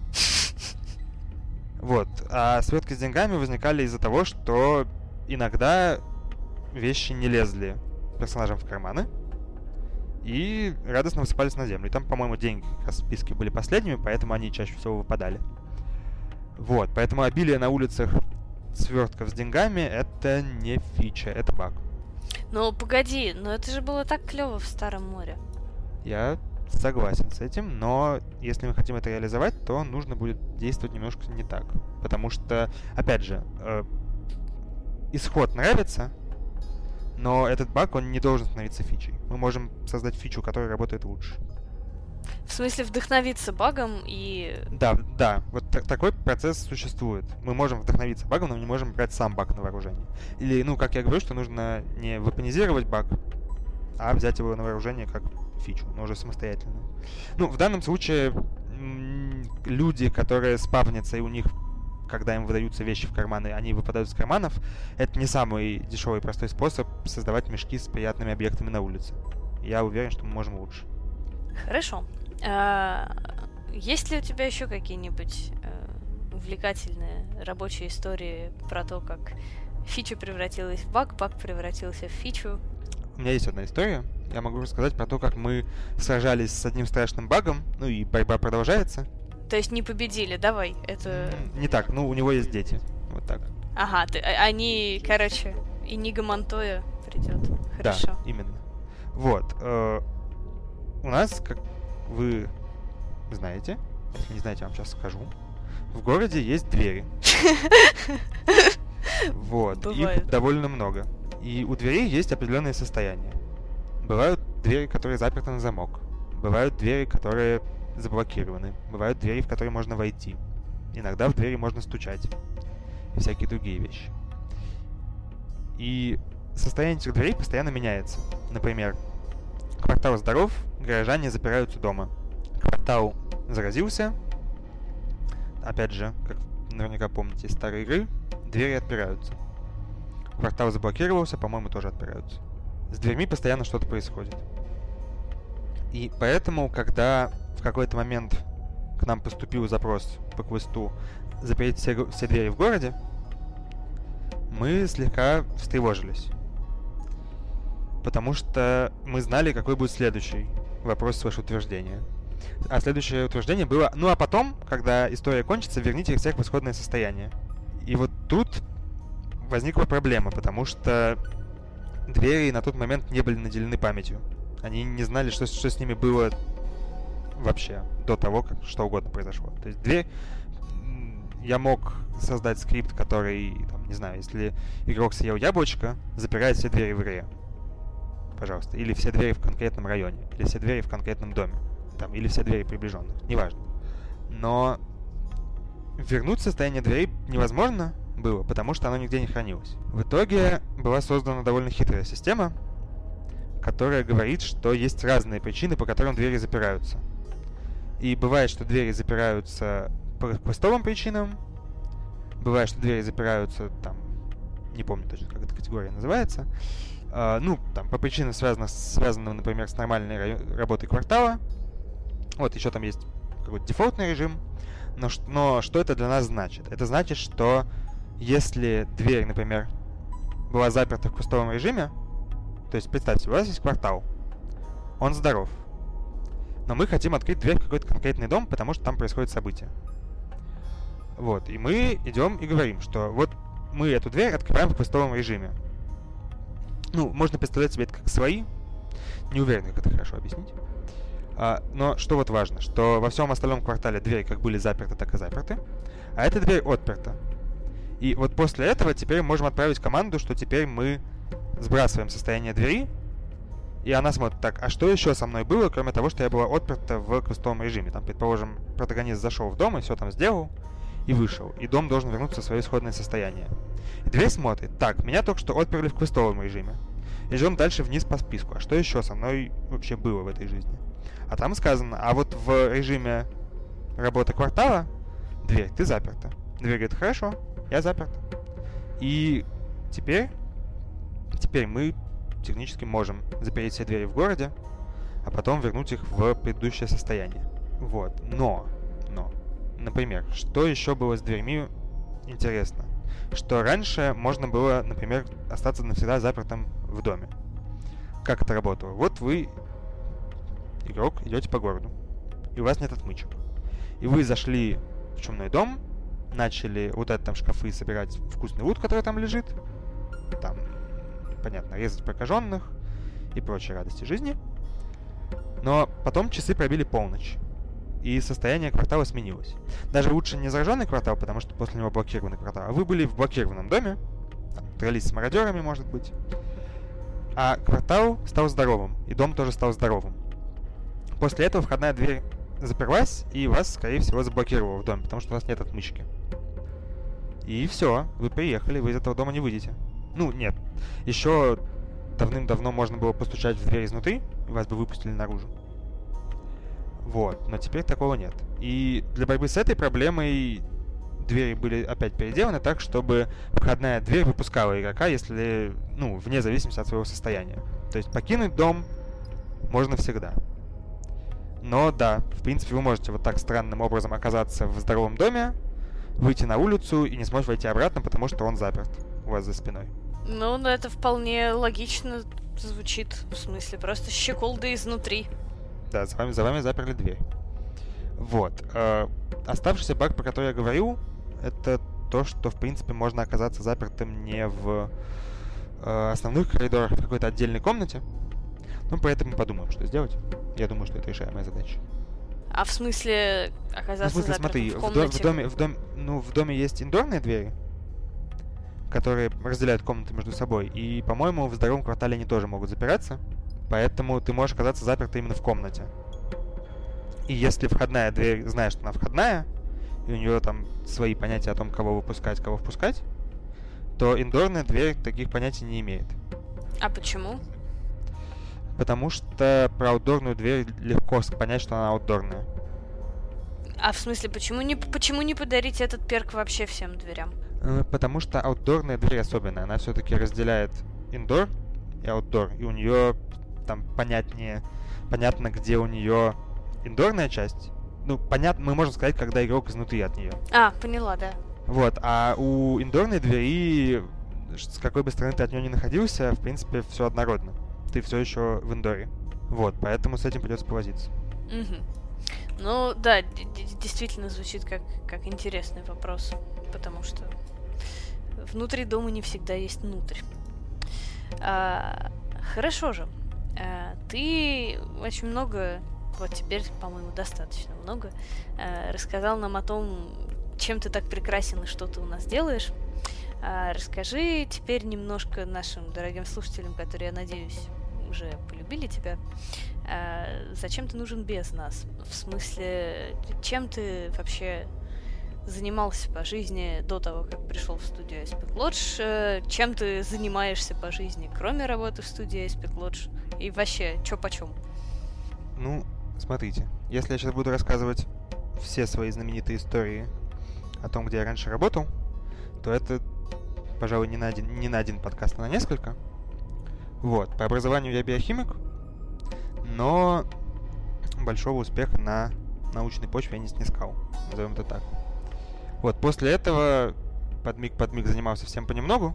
Вот. А свертки с деньгами возникали из-за того, что иногда вещи не лезли персонажам в карманы и радостно высыпались на землю. И там, по-моему, деньги как раз в списке были последними, поэтому они чаще всего выпадали. Вот. Поэтому обилие на улицах свертков с деньгами — это не фича, это баг. Ну, погоди, но это же было так клево в Старом море. Я согласен с этим, но если мы хотим это реализовать, то нужно будет действовать немножко не так. Потому что, опять же, исход нравится, но этот баг, он не должен становиться фичей. Мы можем создать фичу, которая работает лучше. В смысле, вдохновиться багом и... Да, вот такой процесс существует. Мы можем вдохновиться багом, но не можем брать сам баг на вооружение. Или, как я говорю, что нужно не вепонизировать баг, а взять его на вооружение как фичу, но уже самостоятельно. В данном случае люди, которые спавнятся, и у них, когда им выдаются вещи в карманы, они выпадают из карманов, это не самый дешевый и простой способ создавать мешки с приятными объектами на улице. Я уверен, что мы можем лучше. Хорошо. Есть ли у тебя еще какие-нибудь увлекательные рабочие истории про то, как фича превратилась в баг, баг превратился в фичу? У меня есть одна история. Я могу рассказать про то, как мы сражались с одним страшным багом, и борьба продолжается. То есть не победили, давай, это... Не так, у него есть дети, вот так. Ага, они, Иниго Монтоя придет, хорошо. Да, именно. Вот, у нас, как вы знаете, если не знаете, я вам сейчас скажу, в городе есть двери. Вот, их довольно много. И у дверей есть определенные состояния. Бывают двери, которые заперты на замок. Бывают двери, которые заблокированы. Бывают двери, в которые можно войти. Иногда в двери можно стучать. И всякие другие вещи. И состояние этих дверей постоянно меняется. Например, квартал здоров, горожане запираются дома. Квартал заразился. Опять же, как наверняка помните из старой игры, двери отпираются. Квартал заблокировался, по-моему, тоже отпираются. С дверьми постоянно что-то происходит. И поэтому, когда в какой-то момент к нам поступил запрос по квесту запереть все двери в городе, мы слегка встревожились. Потому что мы знали, какой будет следующий вопрос/утверждение. А следующее утверждение было: а потом, когда история кончится, верните их всех в исходное состояние. И вот тут возникла проблема, потому что двери на тот момент не были наделены памятью. Они не знали, что с ними было вообще до того, как что угодно произошло. То есть дверь... Я мог создать скрипт, который, не знаю, если игрок съел яблочко, запирает все двери в игре. Пожалуйста. Или все двери в конкретном районе. Или все двери в конкретном доме. Или все двери приближенных. Неважно. Но вернуть состояние дверей невозможно было, потому что оно нигде не хранилось. В итоге была создана довольно хитрая система, которая говорит, что есть разные причины, по которым двери запираются. И бывает, что двери запираются по квестовым причинам, бывает, что двери запираются, не помню точно, как эта категория называется, по причинам, связанным, например, с нормальной работой квартала. Вот, еще там есть какой-то дефолтный режим. Но что это для нас значит? Это значит, что если дверь, например, была заперта в квестовом режиме, то есть, представьте, у вас есть квартал, он здоров, но мы хотим открыть дверь в какой-то конкретный дом, потому что там происходит событие. Вот, и мы идем и говорим, что вот мы эту дверь открываем в квестовом режиме. Можно представлять себе это как свои, не уверен, как это хорошо объяснить. Но что вот важно, что во всем остальном квартале двери как были заперты, так и заперты, а эта дверь отперта. И вот после этого теперь можем отправить команду, что теперь мы сбрасываем состояние двери, и она смотрит, так, а что еще со мной было, кроме того, что я была отперта в квестовом режиме? Там, предположим, протагонист зашел в дом и все там сделал, и вышел, и дом должен вернуться в свое исходное состояние. И дверь смотрит, так, меня только что отперли в квестовом режиме. И идем дальше вниз по списку, а что еще со мной вообще было в этой жизни? А там сказано, а вот в режиме работы квартала дверь, ты заперта. Дверь говорит, хорошо, я заперта. И теперь мы технически можем запереть все двери в городе, а потом вернуть их в предыдущее состояние. Вот. Но, например, что еще было с дверьми интересно? Что раньше можно было, например, остаться навсегда запертым в доме. Как это работало? Вот вы, игрок, идете по городу, и у вас нет отмычек. И вы зашли в чумной дом, начали вот это там шкафы собирать вкусный лут, который там лежит, там, понятно, резать прокаженных и прочие радости жизни. Но потом часы пробили полночь, и состояние квартала сменилось. Даже лучше не зараженный квартал, потому что после него блокированный квартал, а вы были в блокированном доме, дрались с мародерами, может быть, а квартал стал здоровым, и дом тоже стал здоровым. После этого входная дверь заперлась, и вас, скорее всего, заблокировало в доме, потому что у вас нет отмычки. И все, вы приехали, вы из этого дома не выйдете. Ну, нет. Еще давным-давно можно было постучать в дверь изнутри, и вас бы выпустили наружу. Вот, но теперь такого нет. И для борьбы с этой проблемой двери были опять переделаны так, чтобы входная дверь выпускала игрока, если, вне зависимости от своего состояния. То есть покинуть дом можно всегда. Но да, в принципе, вы можете вот так странным образом оказаться в здоровом доме, выйти на улицу и не сможете войти обратно, потому что он заперт у вас за спиной. Ну, это вполне логично звучит. В смысле, просто щеколда изнутри. Да, за вами заперли дверь. Вот. Оставшийся баг, про который я говорил, это то, что, в принципе, можно оказаться запертым не в основных коридорах, а в какой-то отдельной комнате. Ну, поэтому подумаем, что сделать. Я думаю, что это решаемая задача. А в смысле оказаться запертым смотри, в комнате? В доме есть индорные двери, которые разделяют комнаты между собой. И, по-моему, в здоровом квартале они тоже могут запираться. Поэтому ты можешь оказаться запертой именно в комнате. И если входная дверь, знаешь, что она входная, и у нее там свои понятия о том, кого выпускать, кого впускать, то индорная дверь таких понятий не имеет. А почему? Потому что про аутдорную дверь легко понять, что она аутдорная. А в смысле, почему не подарить этот перк вообще всем дверям? Потому что аутдорная дверь особенная. Она все-таки разделяет индор и аутдор. И у нее там понятно, где у нее индорная часть. Понятно, мы можем сказать, когда игрок изнутри от нее. Поняла, да. Вот, а у индорной двери, с какой бы стороны ты от нее не находился, в принципе, все однородно. Ты все еще в индоре. Вот, поэтому с этим придется повозиться. Угу. Ну, да, действительно звучит как интересный вопрос, потому что внутри дома не всегда есть внутрь. Хорошо же. Ты очень много, вот теперь, по-моему, достаточно много, рассказал нам о том, чем ты так прекрасен и что ты у нас делаешь. Расскажи теперь немножко нашим дорогим слушателям, которые, я надеюсь, уже полюбили тебя, зачем ты нужен без нас? В смысле, чем ты вообще занимался по жизни до того, как пришел в студию Aspect Lodge? Чем ты занимаешься по жизни, кроме работы в студии Aspect Lodge? И вообще, чё почем? Смотрите, если я сейчас буду рассказывать все свои знаменитые истории о том, где я раньше работал, то это, пожалуй, не на один подкаст, а на несколько. Вот, по образованию я биохимик, но большого успеха на научной почве я не снискал, назовем это так. Вот, после этого подмиг занимался всем понемногу.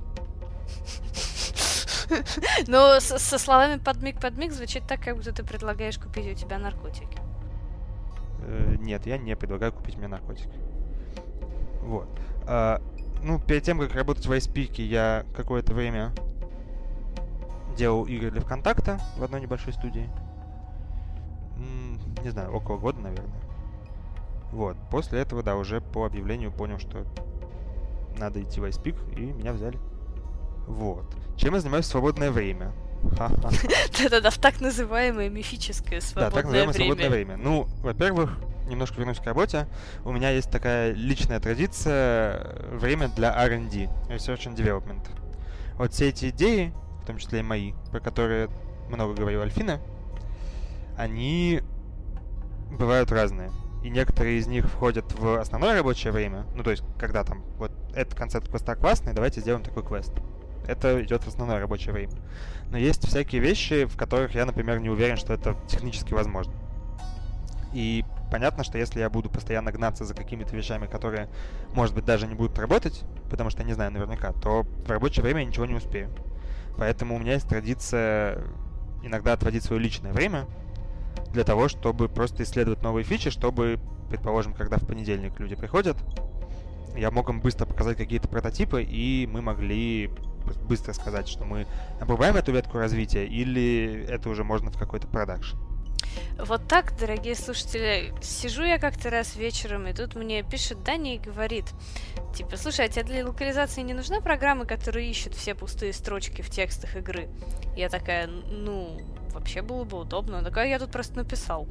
Но со словами подмиг звучит так, как будто ты предлагаешь купить у тебя наркотики. Нет, я не предлагаю купить мне наркотики. Вот. Перед тем, как работать в Icepeak, я какое-то время делал игры для ВКонтакта в одной небольшой студии. не знаю, около года, наверное. Вот. После этого, да, уже по объявлению понял, что надо идти в iSpeak, и меня взяли. Вот. Чем я занимаюсь в свободное время? Да-да-да, в так называемое мифическое свободное время. Да, так называемое свободное время. Ну, во-первых, немножко вернусь к работе. У меня есть такая личная традиция — время для R&D, Research and Development. Вот все эти идеи, в том числе и мои, про которые много говорила Альфина, они бывают разные. И некоторые из них входят в основное рабочее время. Ну, то есть, когда там, вот, этот концепт квеста классный, давайте сделаем такой квест. Это идет в основное рабочее время. Но есть всякие вещи, в которых я, например, не уверен, что это технически возможно. И понятно, что если я буду постоянно гнаться за какими-то вещами, которые, может быть, даже не будут работать, потому что я не знаю наверняка, то в рабочее время я ничего не успею. Поэтому у меня есть традиция иногда отводить свое личное время для того, чтобы просто исследовать новые фичи, чтобы, предположим, когда в понедельник люди приходят, я мог им быстро показать какие-то прототипы, и мы могли быстро сказать, что мы обрубаем эту ветку развития, или это уже можно в какой-то продакшн. Вот так, дорогие слушатели, сижу я как-то раз вечером, и тут мне пишет Даня и говорит, типа, слушай, а тебе для локализации не нужна программа, которая ищет все пустые строчки в текстах игры? Я такая, ну, вообще было бы удобно. Такая, я тут просто написал.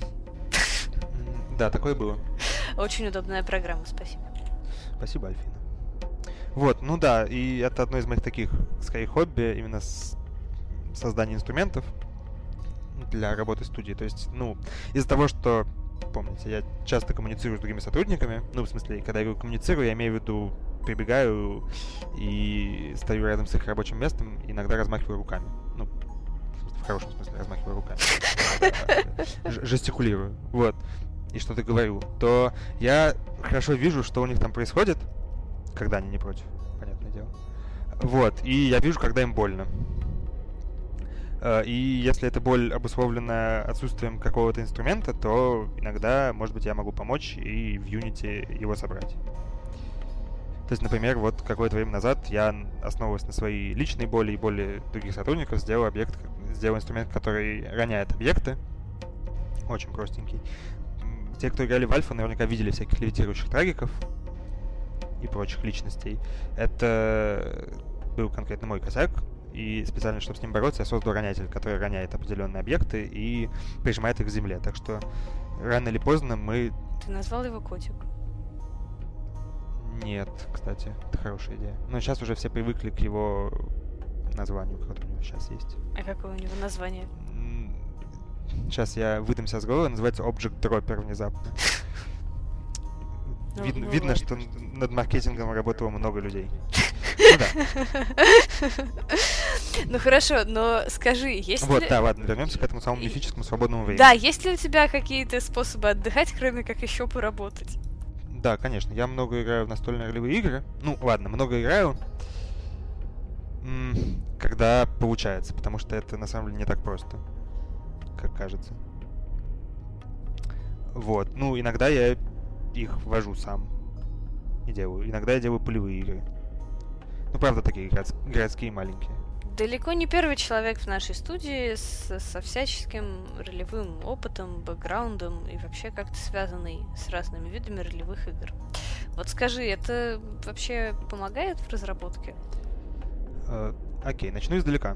Да, такое было. Очень удобная программа, спасибо. Спасибо, Альфина. Вот, ну да, и это одно из моих таких, скорее, хобби, именно создание инструментов для работы студии. То есть, ну, из-за того, что, помните, я часто коммуницирую с другими сотрудниками, ну, в смысле, когда я говорю коммуницирую, я имею в виду прибегаю и стою рядом с их рабочим местом, иногда размахиваю руками. Ну, в хорошем смысле размахиваю руками. Жестикулирую. Вот. И что-то говорю. То я хорошо вижу, что у них там происходит, когда они не против, понятное дело. Вот. И я вижу, когда им больно. И если эта боль обусловлена отсутствием какого-то инструмента, то иногда, может быть, я могу помочь и в Unity его собрать. То есть, например, вот какое-то время назад я, основываясь на своей личной боли и боли других сотрудников, сделал инструмент, который роняет объекты. Очень простенький. Те, кто играли в Альфу, наверняка видели всяких левитирующих трагиков и прочих личностей. Это был конкретно мой косяк. И специально, чтобы с ним бороться, я создал ронятель, который роняет определенные объекты и прижимает их к земле. Так что рано или поздно мы... Ты назвал его котик? Нет, кстати, это хорошая идея. Но сейчас уже все привыкли к его названию, которое у него сейчас есть. А какое у него название? Сейчас я выдам себя с головы, называется Object Dropper внезапно. Видно, что над маркетингом работало много людей. Ну да. Ну хорошо, но скажи, есть ли... Вот, да, ладно, вернемся к этому самому мифическому свободному времени. Да, есть ли у тебя какие-то способы отдыхать, кроме как еще поработать? Да, конечно, я много играю в настольные ролевые игры. Ну, ладно, много играю, когда получается, потому что это на самом деле не так просто, как кажется. Вот, ну, иногда я их ввожу сам и делаю. Иногда я делаю полевые игры. Ну, правда, такие городские маленькие. Далеко не первый человек в нашей студии со всяческим ролевым опытом, бэкграундом и вообще как-то связанный с разными видами ролевых игр. Вот скажи, это вообще помогает в разработке? Окей, начну издалека.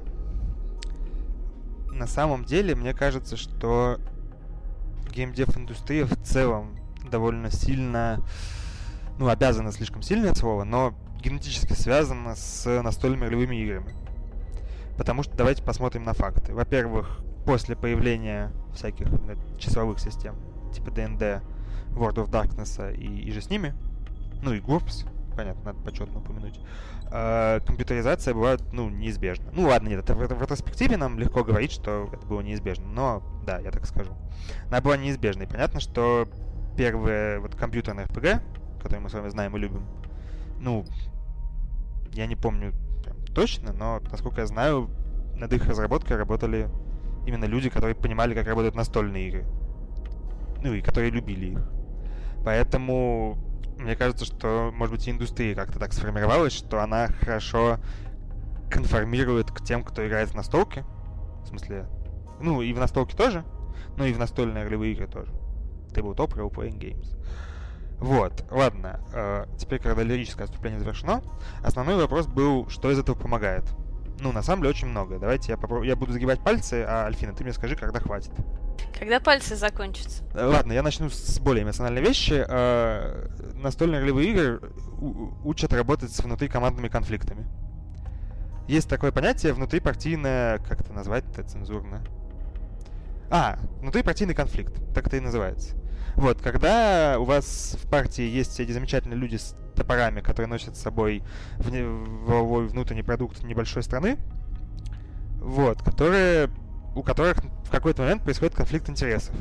На самом деле, мне кажется, что геймдев-индустрия в целом довольно сильно, ну, обязана, слишком сильное слово, но генетически связана с настольными ролевыми играми. Потому что давайте посмотрим на факты. Во-первых, после появления всяких числовых систем, типа D&D, World of Darkness и же с ними, ну и GURPS, понятно, надо почетно упомянуть, компьютеризация была, ну, неизбежна. Ну ладно, нет, это в ретроспективе нам легко говорить, что это было неизбежно, но да, я так скажу. Она была неизбежной. Понятно, что первые вот компьютерные RPG, которые мы с вами знаем и любим, ну, я не помню прям точно, но, насколько я знаю, над их разработкой работали именно люди, которые понимали, как работают настольные игры. Ну, и которые любили их. Поэтому мне кажется, что, может быть, и индустрия как-то так сформировалась, что она хорошо конформирует к тем, кто играет в настолки. В смысле, ну, и в настолки тоже, Ну и в настольные ролевые игры тоже. Tabletop Role-Playing Games. Вот, ладно. Теперь, когда лирическое отступление завершено, основной вопрос был, что из этого помогает. Ну, на самом деле, очень много. Давайте я буду загибать пальцы, а, Альфина, ты мне скажи, когда хватит. Когда пальцы закончатся. Ладно, я начну с более эмоциональной вещи. Настольные ролевые игры учат работать с внутрикомандными конфликтами. Есть такое понятие внутрипартийное... Как это назвать-то цензурно? Внутрипартийный конфликт. Так это и называется. Вот, когда у вас в партии есть эти замечательные люди с топорами, которые носят с собой валовой внутренний продукт небольшой страны, вот, у которых в какой-то момент происходит конфликт интересов.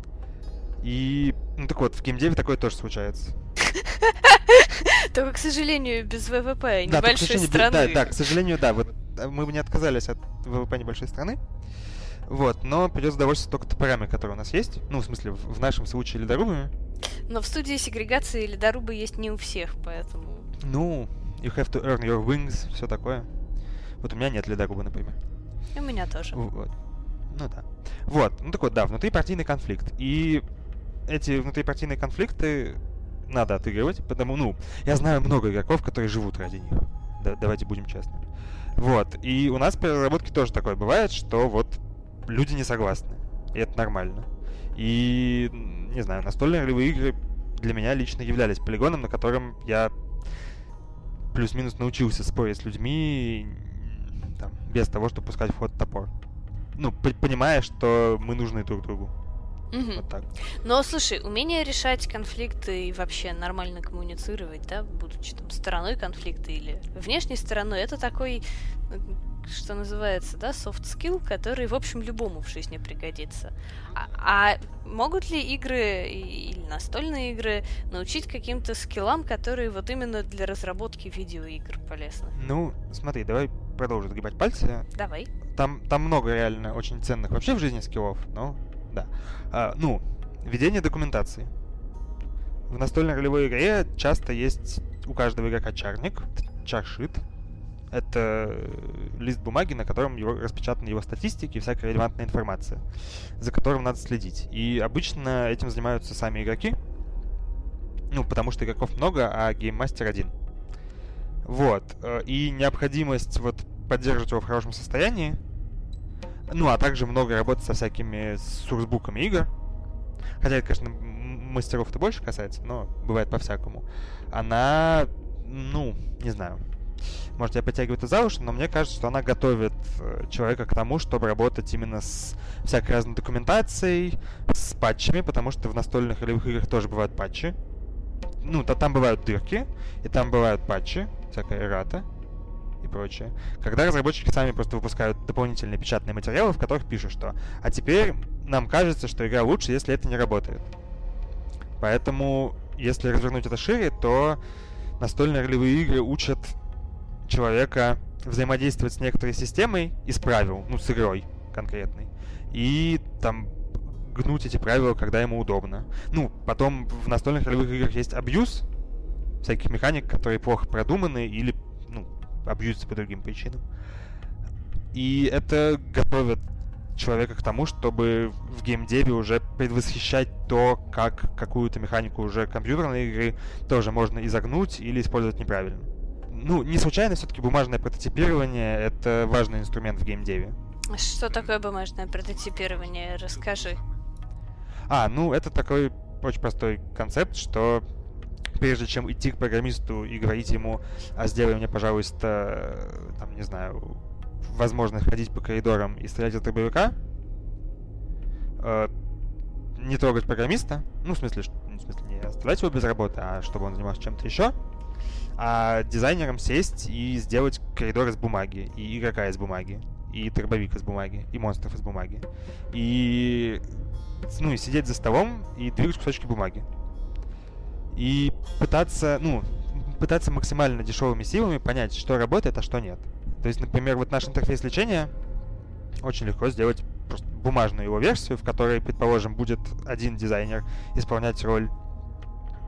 И, ну так вот, в геймдеве такое тоже случается. Только, к сожалению, без ВВП небольшой страны. Да, к сожалению, да. Вот мы бы не отказались от ВВП небольшой страны. Вот, но придется довольствоваться только топорами, которые у нас есть. Ну, в смысле, в нашем случае ледорубами. Но в студии сегрегации ледорубы есть не у всех, поэтому... Ну, you have to earn your wings, все такое. Вот у меня нет ледоруба, например. И у меня тоже. Вот. Ну да. Вот, ну так вот, да, внутрипартийный конфликт. И эти внутрипартийные конфликты надо отыгрывать, потому, я знаю много игроков, которые живут ради них. Давайте будем честными. Вот, и у нас при разработке тоже такое бывает, что вот люди не согласны. И это нормально. И, не знаю, настольные ролевые игры для меня лично являлись полигоном, на котором я плюс-минус научился спорить с людьми там, без того, чтобы пускать в ход топор. Ну, понимая, что мы нужны друг другу. Угу. Вот так. Но, слушай, умение решать конфликты и вообще нормально коммуницировать, да, будучи там стороной конфликта или внешней стороной, это такой, что называется, да, soft skill, который, в общем, любому в жизни пригодится. А могут ли игры или настольные игры научить каким-то скиллам, которые вот именно для разработки видеоигр полезны? Ну, смотри, давай продолжим загибать пальцы. Давай. Там много реально очень ценных вообще в жизни скиллов, но да. Ведение документации. В настольной ролевой игре часто есть у каждого игрока чарник, чаршит. Это лист бумаги, на котором распечатаны его статистики и всякая релевантная информация, за которым надо следить. И обычно этим занимаются сами игроки. Ну, потому что игроков много, а гейммастер один. Вот. И необходимость вот поддерживать его в хорошем состоянии, а также много работать со всякими сурсбуками игр. Хотя это, конечно, мастеров-то больше касается, но бывает по-всякому. Она, не знаю, может, я подтягиваю это за уши, но мне кажется, что она готовит человека к тому, чтобы работать именно с всякой разной документацией, с патчами, потому что в настольных ролевых играх тоже бывают патчи. Там бывают дырки, и там бывают патчи, всякая эррата и прочее. Когда разработчики сами просто выпускают дополнительные печатные материалы, в которых пишут, что «А теперь нам кажется, что игра лучше, если это не работает». Поэтому, если развернуть это шире, то настольные ролевые игры учат человека взаимодействовать с некоторой системой из правил, с игрой конкретной, и там гнуть эти правила, когда ему удобно. Потом в настольных ролевых играх есть абьюз всяких механик, которые плохо продуманы или, абьюзятся по другим причинам. И это готовит человека к тому, чтобы в геймдеве уже предвосхищать то, как какую-то механику уже компьютерной игры тоже можно изогнуть или использовать неправильно. Не случайно все-таки бумажное прототипирование — это важный инструмент в геймдеве. Что такое бумажное прототипирование? Расскажи. Это такой очень простой концепт, что прежде чем идти к программисту и говорить ему: «А сделай мне, пожалуйста, возможность ходить по коридорам и стрелять из дробовика», не трогать программиста, в смысле не оставлять его без работы, а чтобы он занимался чем-то еще, а дизайнерам сесть и сделать коридор из бумаги, и игрока из бумаги, и дробовик из бумаги, и монстров из бумаги. И сидеть за столом и двигать кусочки бумаги. И пытаться максимально дешевыми силами понять, что работает, а что нет. То есть, например, вот наш интерфейс лечения очень легко сделать просто бумажную его версию, в которой, предположим, будет один дизайнер исполнять роль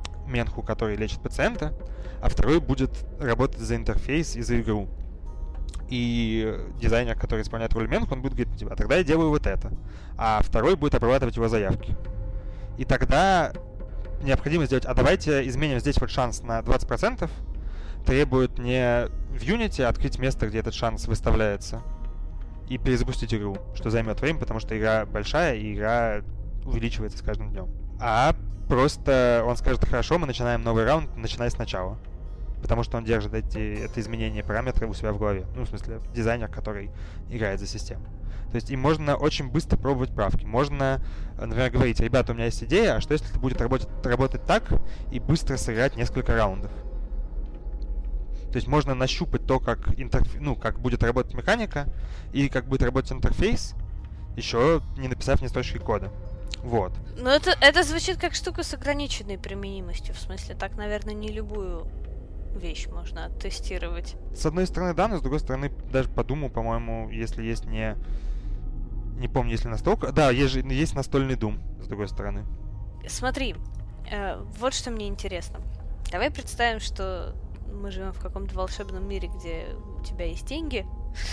менху, который лечит пациента, а второй будет работать за интерфейс и за игру. и дизайнер, который исполняет роль Менг, он будет говорить, типа, тогда я делаю вот это. А второй будет обрабатывать его заявки. И тогда необходимо сделать, а давайте изменим здесь вот шанс на 20%, требует не в Unity открыть место, где этот шанс выставляется, и перезапустить игру, что займет время, потому что игра большая, и игра увеличивается с каждым днем. А просто он скажет, хорошо, мы начинаем новый раунд, начиная сначала. Потому что он держит это изменение параметров у себя в голове. Ну, в смысле, дизайнер, который играет за систему. То есть им можно очень быстро пробовать правки. Можно, например, говорить, ребята, у меня есть идея, а что если это будет работать так и быстро сыграть несколько раундов? То есть можно нащупать то, как будет работать механика и как будет работать интерфейс, еще не написав ни строчки кода. Вот. Но это звучит как штука с ограниченной применимостью. В смысле, так, наверное, не любую вещь можно оттестировать. С одной стороны, да, но с другой стороны, даже подумал, по-моему, если есть не помню, если настолько... Да, есть настольный Doom, с другой стороны. Смотри, вот что мне интересно. Давай представим, что мы живем в каком-то волшебном мире, где у тебя есть деньги.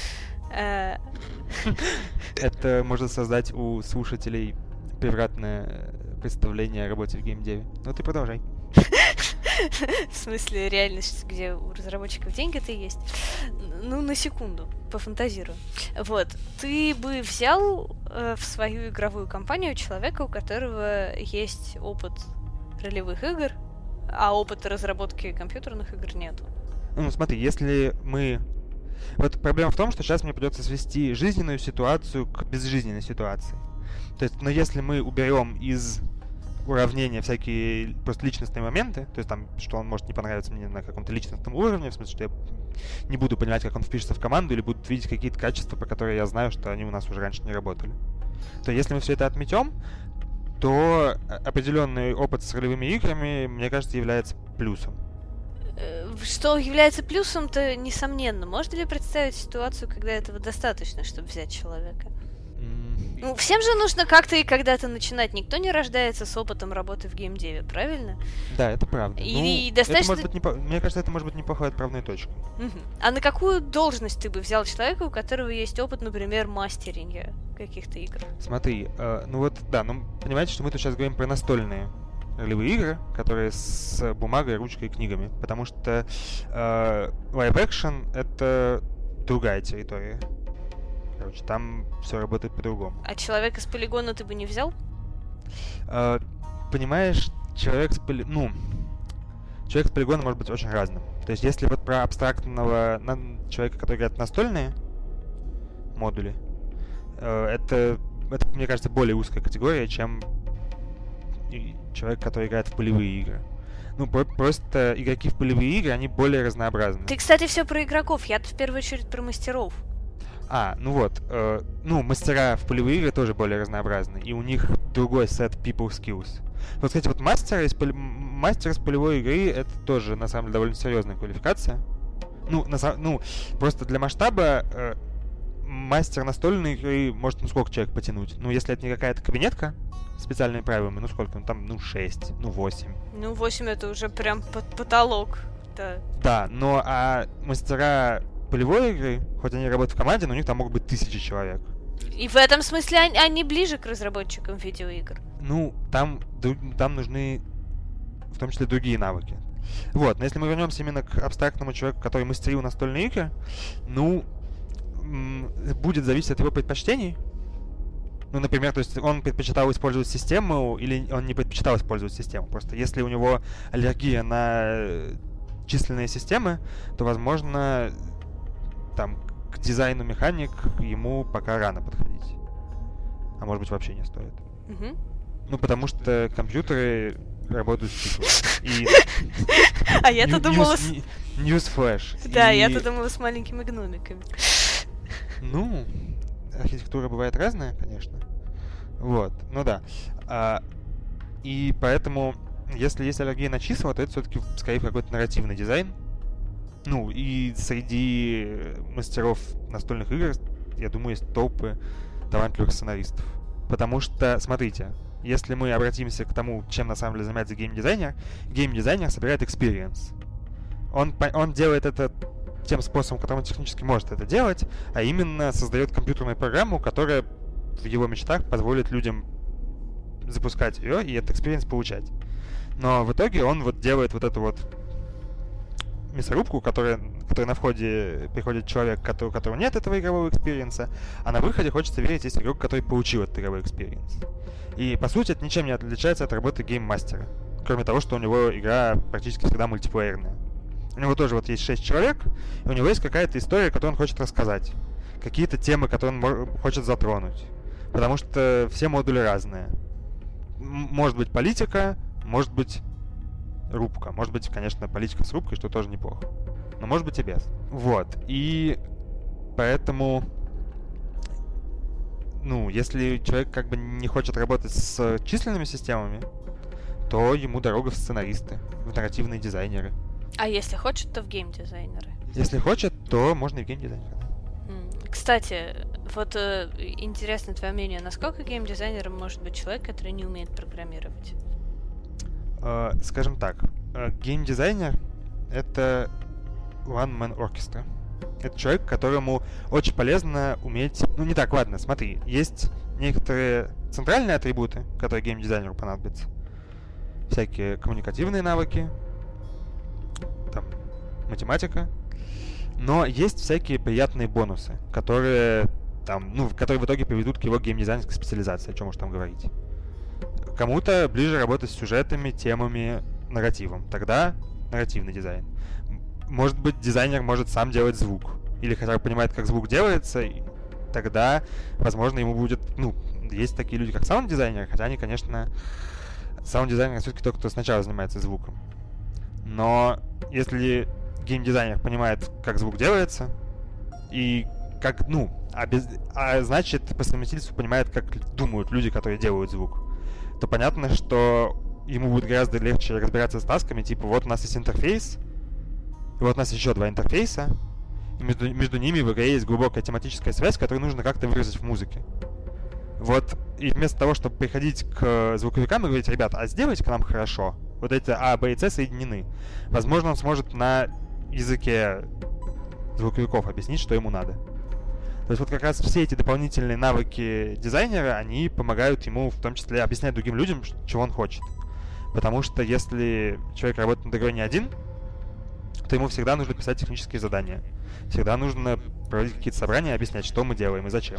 Это может создать у слушателей превратное представление о работе в геймдеве. Ну, ты продолжай. В смысле, реальность, где у разработчиков деньги-то есть. Ну, на секунду, пофантазирую. Вот, ты бы взял в свою игровую компанию человека, у которого есть опыт ролевых игр, а опыта разработки компьютерных игр нету. Ну, смотри, если мы... Вот проблема в том, что сейчас мне придется свести жизненную ситуацию к безжизненной ситуации. То есть, но если мы уберем из уравнения всякие просто личностные моменты, то есть там, что он может не понравиться мне на каком-то личностном уровне, в смысле, что я не буду понимать, как он впишется в команду, или буду видеть какие-то качества, про которые я знаю, что они у нас уже раньше не работали. То если мы все это отметем, то определенный опыт с ролевыми играми, мне кажется, является плюсом. Что является плюсом-то, несомненно. Можно ли представить ситуацию, когда этого достаточно, чтобы взять человека? Ну, всем же нужно как-то и когда-то начинать. Никто не рождается с опытом работы в геймдеве, правильно? Да, это правда. И достаточно... это может быть мне кажется, это может быть неплохой отправной точкой. А на какую должность ты бы взял человека, у которого есть опыт, например, мастеринга каких-то игр? Смотри, понимаете, что мы тут сейчас говорим про настольные ролевые игры, которые с бумагой, ручкой и книгами. Потому что live action — это другая территория. Короче, там все работает по-другому. А человека с полигона ты бы не взял? Понимаешь, человек с полигона может быть очень разным. То есть, если вот про абстрактного человека, который играет в настольные модули, это, мне кажется, более узкая категория, чем человек, который играет в полевые игры. Ну, просто игроки в полевые игры, они более разнообразны. Ты, кстати, все про игроков. Я-то в первую очередь про мастеров. Мастера в полевые игры тоже более разнообразны, и у них другой сет people skills. Вот, кстати, вот мастер из полевой игры — это тоже, на самом деле, довольно серьезная квалификация. Просто для масштаба мастер настольной игры может, сколько человек потянуть? Ну, если это не какая-то кабинетка с специальными правилами, сколько? 6, 8. 8 это уже прям потолок. Да, а мастера полевой игры, хоть они работают в команде, но у них там могут быть 1000 человек. И в этом смысле они ближе к разработчикам видеоигр. Там нужны в том числе другие навыки. Вот, но если мы вернемся именно к абстрактному человеку, который мастерил настольные игры, будет зависеть от его предпочтений. Например, то есть он предпочитал использовать систему или он не предпочитал использовать систему. Просто если у него аллергия на численные системы, то, возможно, к дизайну механик ему пока рано подходить. А может быть, вообще не стоит. Потому что компьютеры работают с циклами. А я-то думала... Newsflash. Да, я-то думала с маленькими гномиками. Архитектура бывает разная, конечно. Вот, да. И поэтому, если есть аллергия на числа, то это все-таки скорее какой-то нарративный дизайн. И среди мастеров настольных игр, я думаю, есть толпы талантливых сценаристов. Потому что, смотрите, если мы обратимся к тому, чем на самом деле занимается геймдизайнер собирает experience. Он делает это тем способом, которым он технически может это делать, а именно создает компьютерную программу, которая в его мечтах позволит людям запускать ее и этот экспириенс получать. Но в итоге он вот делает вот эту вот мясорубку, которая на входе приходит человек, у которого нет этого игрового экспириенса, а на выходе хочется верить, есть игрок, который получил этот игровой экспириенс. И, по сути, это ничем не отличается от работы гейммастера. Кроме того, что у него игра практически всегда мультиплеерная. У него тоже вот есть 6 человек, и у него есть какая-то история, которую он хочет рассказать. Какие-то темы, которые он хочет затронуть. Потому что все модули разные. Может быть политика, может быть рубка. Может быть, конечно, политика с рубкой, что тоже неплохо. Но может быть и без. Вот. И поэтому, если человек как бы не хочет работать с численными системами, то ему дорога в сценаристы, в нарративные дизайнеры. А если хочет, то в геймдизайнеры. Если хочет, то можно и в геймдизайнеры. Кстати, вот интересно твое мнение, насколько геймдизайнером может быть человек, который не умеет программировать? Скажем так, геймдизайнер — это one-man orchestra. Это человек, которому очень полезно уметь... не так, ладно, смотри. Есть некоторые центральные атрибуты, которые геймдизайнеру понадобятся. Всякие коммуникативные навыки, там, математика. Но есть всякие приятные бонусы, которые которые в итоге приведут к его геймдизайнерской специализации, о чем уж там говорить. Кому-то ближе работать с сюжетами, темами, нарративом. Тогда нарративный дизайн. Может быть, дизайнер может сам делать звук. Или хотя бы понимает, как звук делается. И тогда, возможно, ему будет... есть такие люди, как саунд-дизайнеры, хотя они, конечно... Саунд-дизайнер все-таки тот, кто сначала занимается звуком. Но если геймдизайнер понимает, как звук делается, и как, значит, по совместительству понимает, как думают люди, которые делают звук, то понятно, что ему будет гораздо легче разбираться с тасками, типа, вот у нас есть интерфейс, и вот у нас еще 2 интерфейса, и между ними в игре есть глубокая тематическая связь, которую нужно как-то выразить в музыке. Вот, и вместо того, чтобы приходить к звуковикам и говорить: ребят, а сделайте к нам хорошо, вот эти А, Б и С соединены. Возможно, он сможет на языке звуковиков объяснить, что ему надо. То есть вот как раз все эти дополнительные навыки дизайнера, они помогают ему в том числе объяснять другим людям, чего он хочет. Потому что если человек работает над игрой не один, то ему всегда нужно писать технические задания. Всегда нужно проводить какие-то собрания и объяснять, что мы делаем и зачем.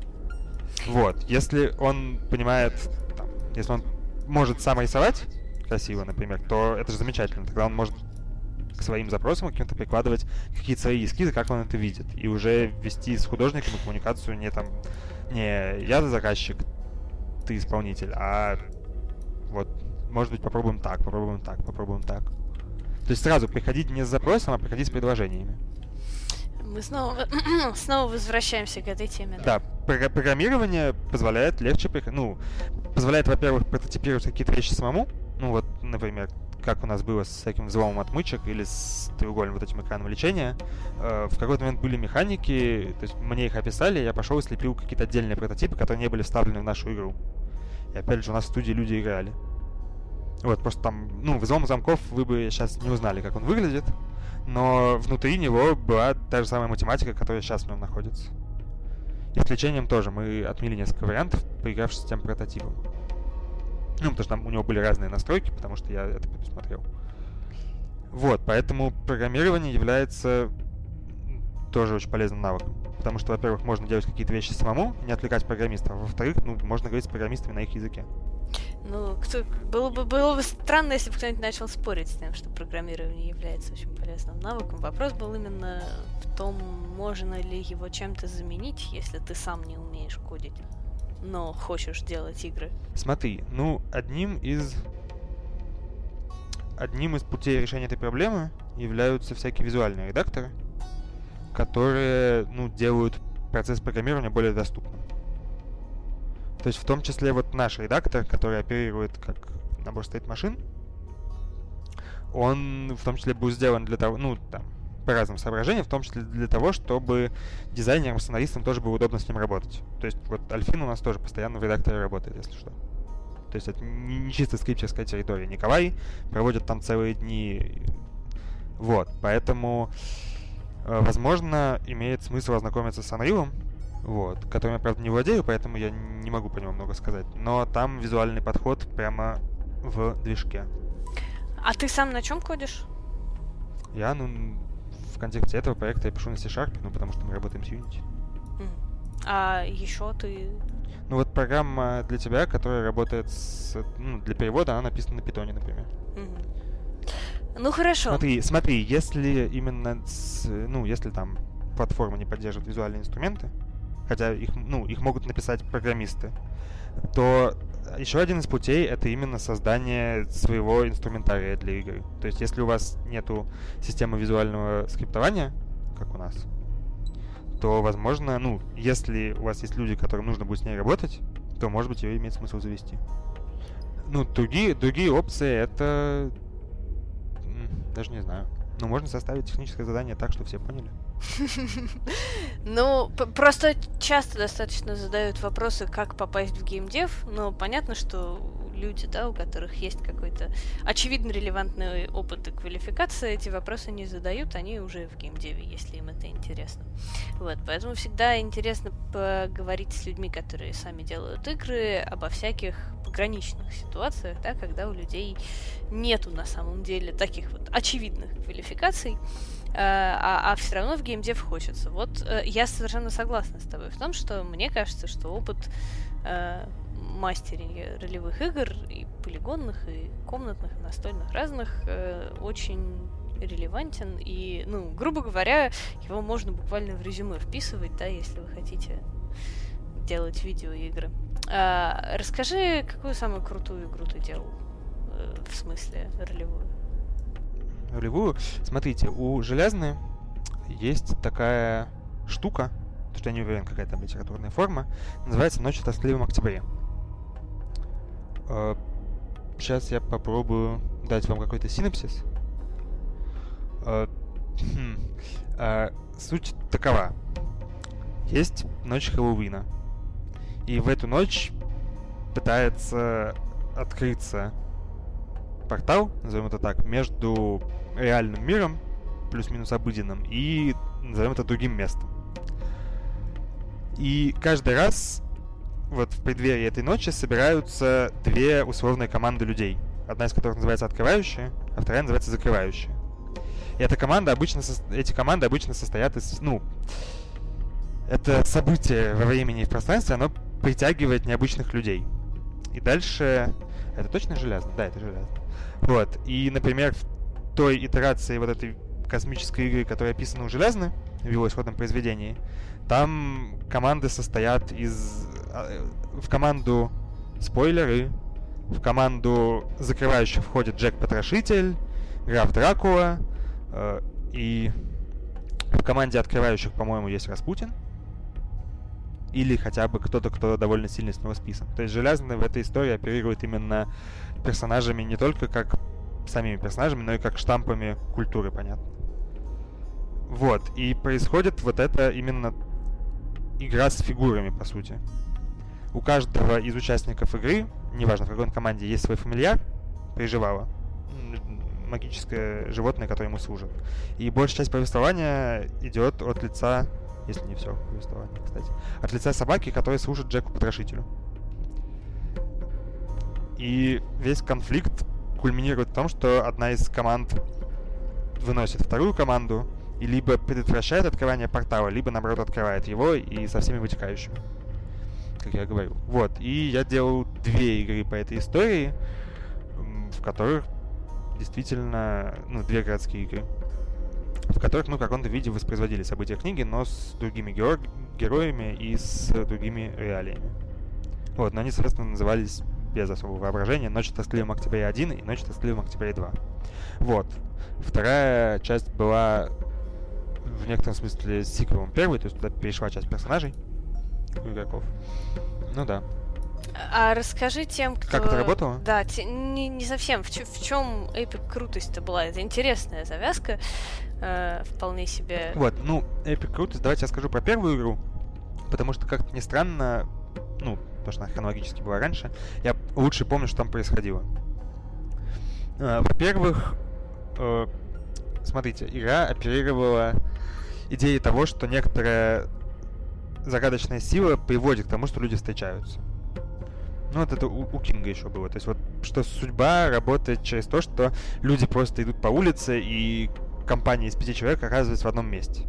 Вот. Если он понимает, если он может сам рисовать красиво, например, то это же замечательно. Тогда он может к своим запросам каким-то прикладывать какие-то свои эскизы, как он это видит. И уже вести с художниками коммуникацию не я заказчик, ты исполнитель, а вот, может быть, попробуем так. То есть сразу приходить не с запросом, а приходить с предложениями. Мы снова возвращаемся к этой теме. Да, программирование позволяет позволяет, во-первых, прототипировать какие-то вещи самому. Например, как у нас было с всяким взломом отмычек или с треугольным вот этим экраном лечения. В какой-то момент были механики, то есть мне их описали, я пошел и слепил какие-то отдельные прототипы, которые не были вставлены в нашу игру. И опять же, у нас в студии люди играли. Вот, просто там, взлом замков вы бы сейчас не узнали, как он выглядит, но внутри него была та же самая математика, которая сейчас в нем находится. И с лечением тоже мы отмели несколько вариантов, поигравшись с тем прототипом. Потому что там у него были разные настройки, потому что я это предусмотрел. Вот, поэтому программирование является тоже очень полезным навыком. Потому что, во-первых, можно делать какие-то вещи самому, не отвлекать программистов, а во-вторых, можно говорить с программистами на их языке. Было бы странно, если бы кто-нибудь начал спорить с тем, что программирование является очень полезным навыком. Вопрос был именно в том, можно ли его чем-то заменить, если ты сам не умеешь кодить, но хочешь делать игры. Смотри, одним из путей решения этой проблемы являются всякие визуальные редакторы, которые, делают процесс программирования более доступным. То есть в том числе вот наш редактор, который оперирует как набор стейт-машин, он в том числе был сделан для того, по разным соображениям, в том числе для того, чтобы дизайнерам, сценаристам тоже было удобно с ним работать. То есть вот Альфин у нас тоже постоянно в редакторе работает, если что. То есть это не чисто скрипчерская территория. Николай проводит там целые дни. Вот, поэтому Возможно, имеет смысл ознакомиться с Unreal, вот, которым я, правда, не владею, поэтому я не могу по нему много сказать. Но там визуальный подход прямо в движке. А ты сам на чем кодишь? Я, в контексте этого проекта я пишу на C#, потому что мы работаем с Unity. А еще ты... Вот программа для тебя, которая работает для перевода, она написана на Python, например. Ну, хорошо. Смотри, если именно если там платформа не поддерживает визуальные инструменты, хотя их могут написать программисты, то еще один из путей — это именно создание своего инструментария для игры. То есть, если у вас нету системы визуального скриптования, как у нас, то, возможно, если у вас есть люди, которым нужно будет с ней работать, то, может быть, ее имеет смысл завести. Другие опции — это... Даже не знаю. Можно составить техническое задание так, что все поняли. Просто часто достаточно задают вопросы, как попасть в геймдев, но понятно, что люди, да, у которых есть какой-то очевидно релевантный опыт и квалификация, эти вопросы не задают, они уже в геймдеве, если им это интересно. Вот, поэтому всегда интересно поговорить с людьми, которые сами делают игры, обо всяких пограничных ситуациях, да, когда у людей нету на самом деле таких вот очевидных квалификаций, а все равно в геймдев хочется. Вот я совершенно согласна с тобой в том, что мне кажется, что опыт мастеринга ролевых игр, и полигонных, и комнатных, и настольных, разных, очень релевантен, и, грубо говоря, его можно буквально в резюме вписывать, да, если вы хотите делать видеоигры. Расскажи, какую самую крутую игру ты делал? В смысле, ролевую? Ролевую? Смотрите, у Железной есть такая штука, что я не уверен, какая там литературная форма, называется «Ночь в тоскливом октябре». Сейчас я попробую дать вам какой-то синопсис. Суть такова. Есть ночь Хэллоуина. И в эту ночь пытается открыться портал, назовем это так, между реальным миром, плюс-минус обыденным, и, назовем это, другим местом. И каждый раз вот в преддверии этой ночи собираются две условные команды людей. Одна из которых называется «Открывающая», а вторая называется «Закрывающая». И эти команды обычно состоят из... Это событие во времени и в пространстве, оно притягивает необычных людей. И дальше... Это точно Железно? Да, это Железно. Вот. И, например, в той итерации вот этой космической игры, которая описана у Железны, в его исходном произведении, там команды состоят из... В команду спойлеры, в команду закрывающих входит Джек-Потрошитель, граф Дракула, и в команде открывающих, по-моему, есть Распутин. Или хотя бы кто-то, кто довольно сильно с него списан. То есть Железный в этой истории оперирует именно персонажами не только как самими персонажами, но и как штампами культуры, понятно. Вот. И происходит вот это именно игра с фигурами, по сути. У каждого из участников игры, неважно в какой он команде, есть свой фамильяр, приживало, магическое животное, которое ему служит. И большая часть повествования идет от лица, если не все повествование, кстати, от лица собаки, которая служит Джеку-Потрошителю. И весь конфликт кульминирует в том, что одна из команд выносит вторую команду и либо предотвращает открывание портала, либо, наоборот, открывает его и со всеми вытекающими, как я говорю. Вот. И я делал 2 игры по этой истории, в которых действительно, 2 городские игры, в которых мы в каком-то виде воспроизводили события книги, но с другими героями и с другими реалиями. Вот, но они, соответственно, назывались без особого воображения «Ночь в тоскливом октябре 1» и «Ночь в тоскливом октябре 2». Вот. Вторая часть была в некотором смысле сиквелом первой, то есть туда перешла часть персонажей у игроков. Ну да. А расскажи тем, кто... Как это работало? Да, не совсем. В чем эпик крутость-то была? Это интересная завязка, вполне себе... Вот, эпик крутость, давайте я скажу про первую игру, потому что, как-то не странно, потому что она хронологически была раньше, я лучше помню, что там происходило. Во-первых, смотрите, игра оперировала идеи того, что некоторая загадочная сила приводит к тому, что люди встречаются. Ну, вот это у Кинга еще было. То есть вот, что судьба работает через то, что люди просто идут по улице, и компания из 5 человек оказывается в одном месте.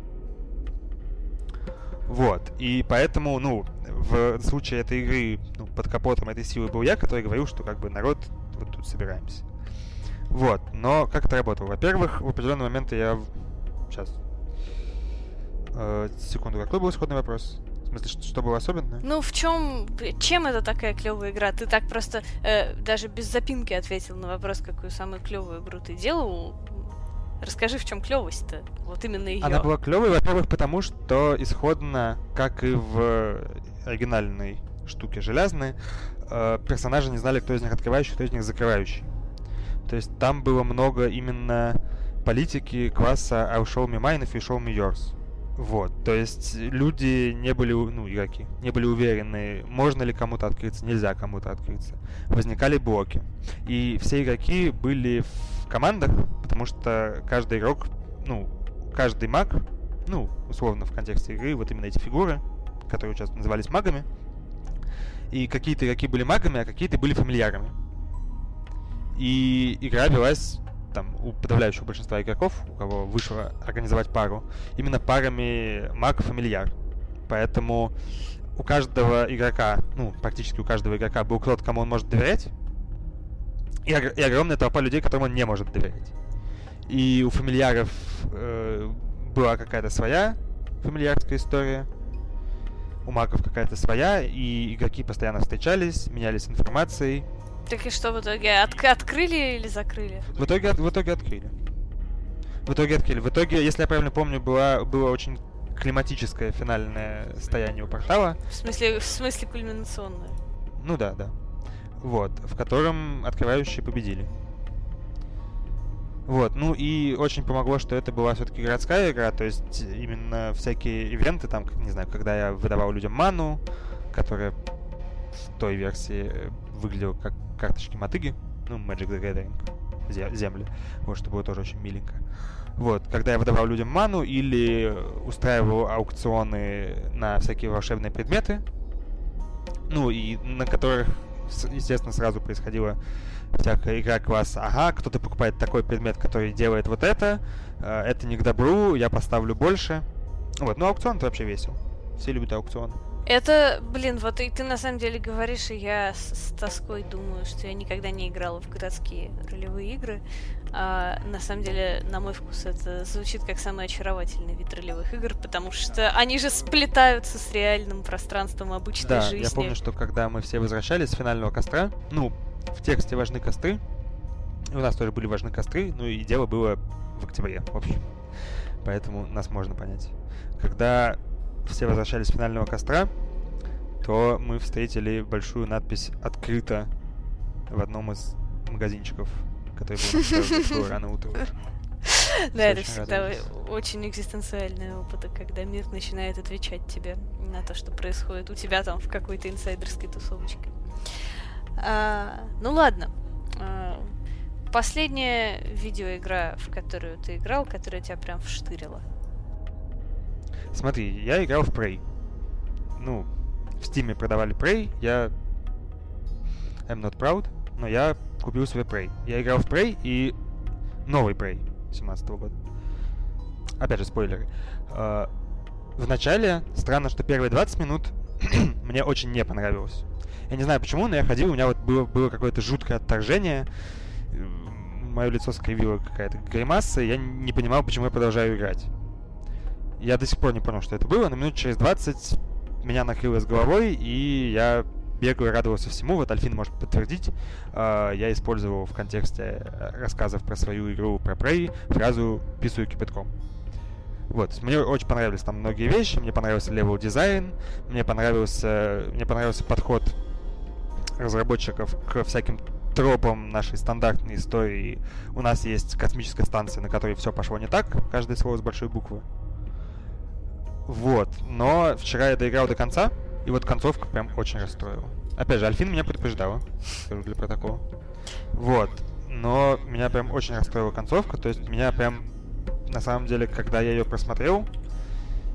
Вот. И поэтому, ну, в случае этой игры, ну, под капотом этой силы был я, который говорил, что как бы народ, вот тут собираемся. Вот. Но как это работало? Во-первых, в определенный момент я... Сейчас. Секунду, какой был исходный вопрос? В смысле, что было особенное? Ну, чем это такая клевая игра? Ты так просто даже без запинки ответил на вопрос, какую самую клевую игру ты делал. Расскажи, в чем клевость-то? Вот именно ее. Она была клевой, во-первых, потому что исходно, как и в оригинальной штуке железной, персонажи не знали, кто из них открывающий, кто из них закрывающий. То есть там было много именно политики класса I'll show me mine if you show me yours. Вот, то есть люди не были, ну, игроки, не были уверены, можно ли кому-то открыться, нельзя кому-то открыться. Возникали блоки. И все игроки были в командах, потому что каждый игрок, ну, каждый маг, ну, условно в контексте игры, вот именно эти фигуры, которые сейчас назывались магами, и какие-то игроки были магами, а какие-то были фамильярами. И игра велась там у подавляющего большинства игроков, у кого вышло организовать пару, именно парами маг-фамильяр. Поэтому у каждого игрока, ну, практически у каждого игрока был кто-то, кому он может доверять, и огромная толпа людей, которым он не может доверять. И у фамильяров была какая-то своя фамильярская история, у магов какая-то своя, и игроки постоянно встречались, менялись информацией. Так и что в итоге? Открыли или закрыли? В итоге открыли. В итоге, если я правильно помню, было очень климатическое финальное состояние у портала. В смысле кульминационное? Ну да. Вот, в котором открывающие победили. Вот, ну и очень помогло, что это была все-таки городская игра, то есть именно всякие ивенты, там, не знаю, когда я выдавал людям ману, которая в той версии выглядела как карточки мотыги, ну, Magic the Gathering, земли, вот, что было тоже очень миленько. Вот, когда я выдавал людям ману или устраивал аукционы на всякие волшебные предметы, ну, и на которых, естественно, сразу происходила всякая игра класса, ага, кто-то покупает такой предмет, который делает вот это не к добру, я поставлю больше. Вот, ну, аукцион это вообще весело. Все любят аукцион. Это, блин, вот и ты на самом деле говоришь, и я с тоской думаю, что я никогда не играла в городские ролевые игры. А на самом деле, на мой вкус, это звучит как самый очаровательный вид ролевых игр, потому что они же сплетаются с реальным пространством обычной жизни. Да, я помню, что когда мы все возвращались с финального костра, ну, в тексте важны костры, и у нас тоже были важны костры, ну и дело было в октябре, в общем. Поэтому нас можно понять. Когда все возвращались с финального костра, то мы встретили большую надпись «Открыто» в одном из магазинчиков, который был рано утром. Да, это всегда очень экзистенциальный опыт, когда мир начинает отвечать тебе на то, что происходит у тебя там в какой-то инсайдерской тусовочке. Ну ладно. Последняя видеоигра, в которую ты играл, которая тебя прям вштырила. Смотри, я играл в Prey. Ну, в Steam продавали Prey, я I'm not proud, но я купил себе Prey. Я играл в Prey и новый Prey 2017 года. Опять же, спойлеры. В начале, странно, что первые 20 минут мне очень не понравилось. Я не знаю почему, но я ходил, у меня вот было какое-то жуткое отторжение. Мое лицо скривило какая-то гримаса, и я не понимал, почему я продолжаю играть. Я до сих пор не понял, что это было, но минут через 20 меня накрыло с головой, и я бегал и радовался всему. Вот Альфин может подтвердить. Я использовал в контексте рассказов про свою игру про Prey фразу «писаю кипятком». Вот, мне очень понравились там многие вещи, мне понравился левел дизайн, мне понравился подход разработчиков к всяким тропам нашей стандартной истории. У нас есть космическая станция, на которой все пошло не так, каждое слово с большой буквы. Вот, но вчера я доиграл до конца, и вот концовка прям очень расстроила. Опять же, Альфин меня предупреждала, скажу для протокола. Вот, но меня прям очень расстроила концовка, то есть меня прям, на самом деле, когда я ее просмотрел,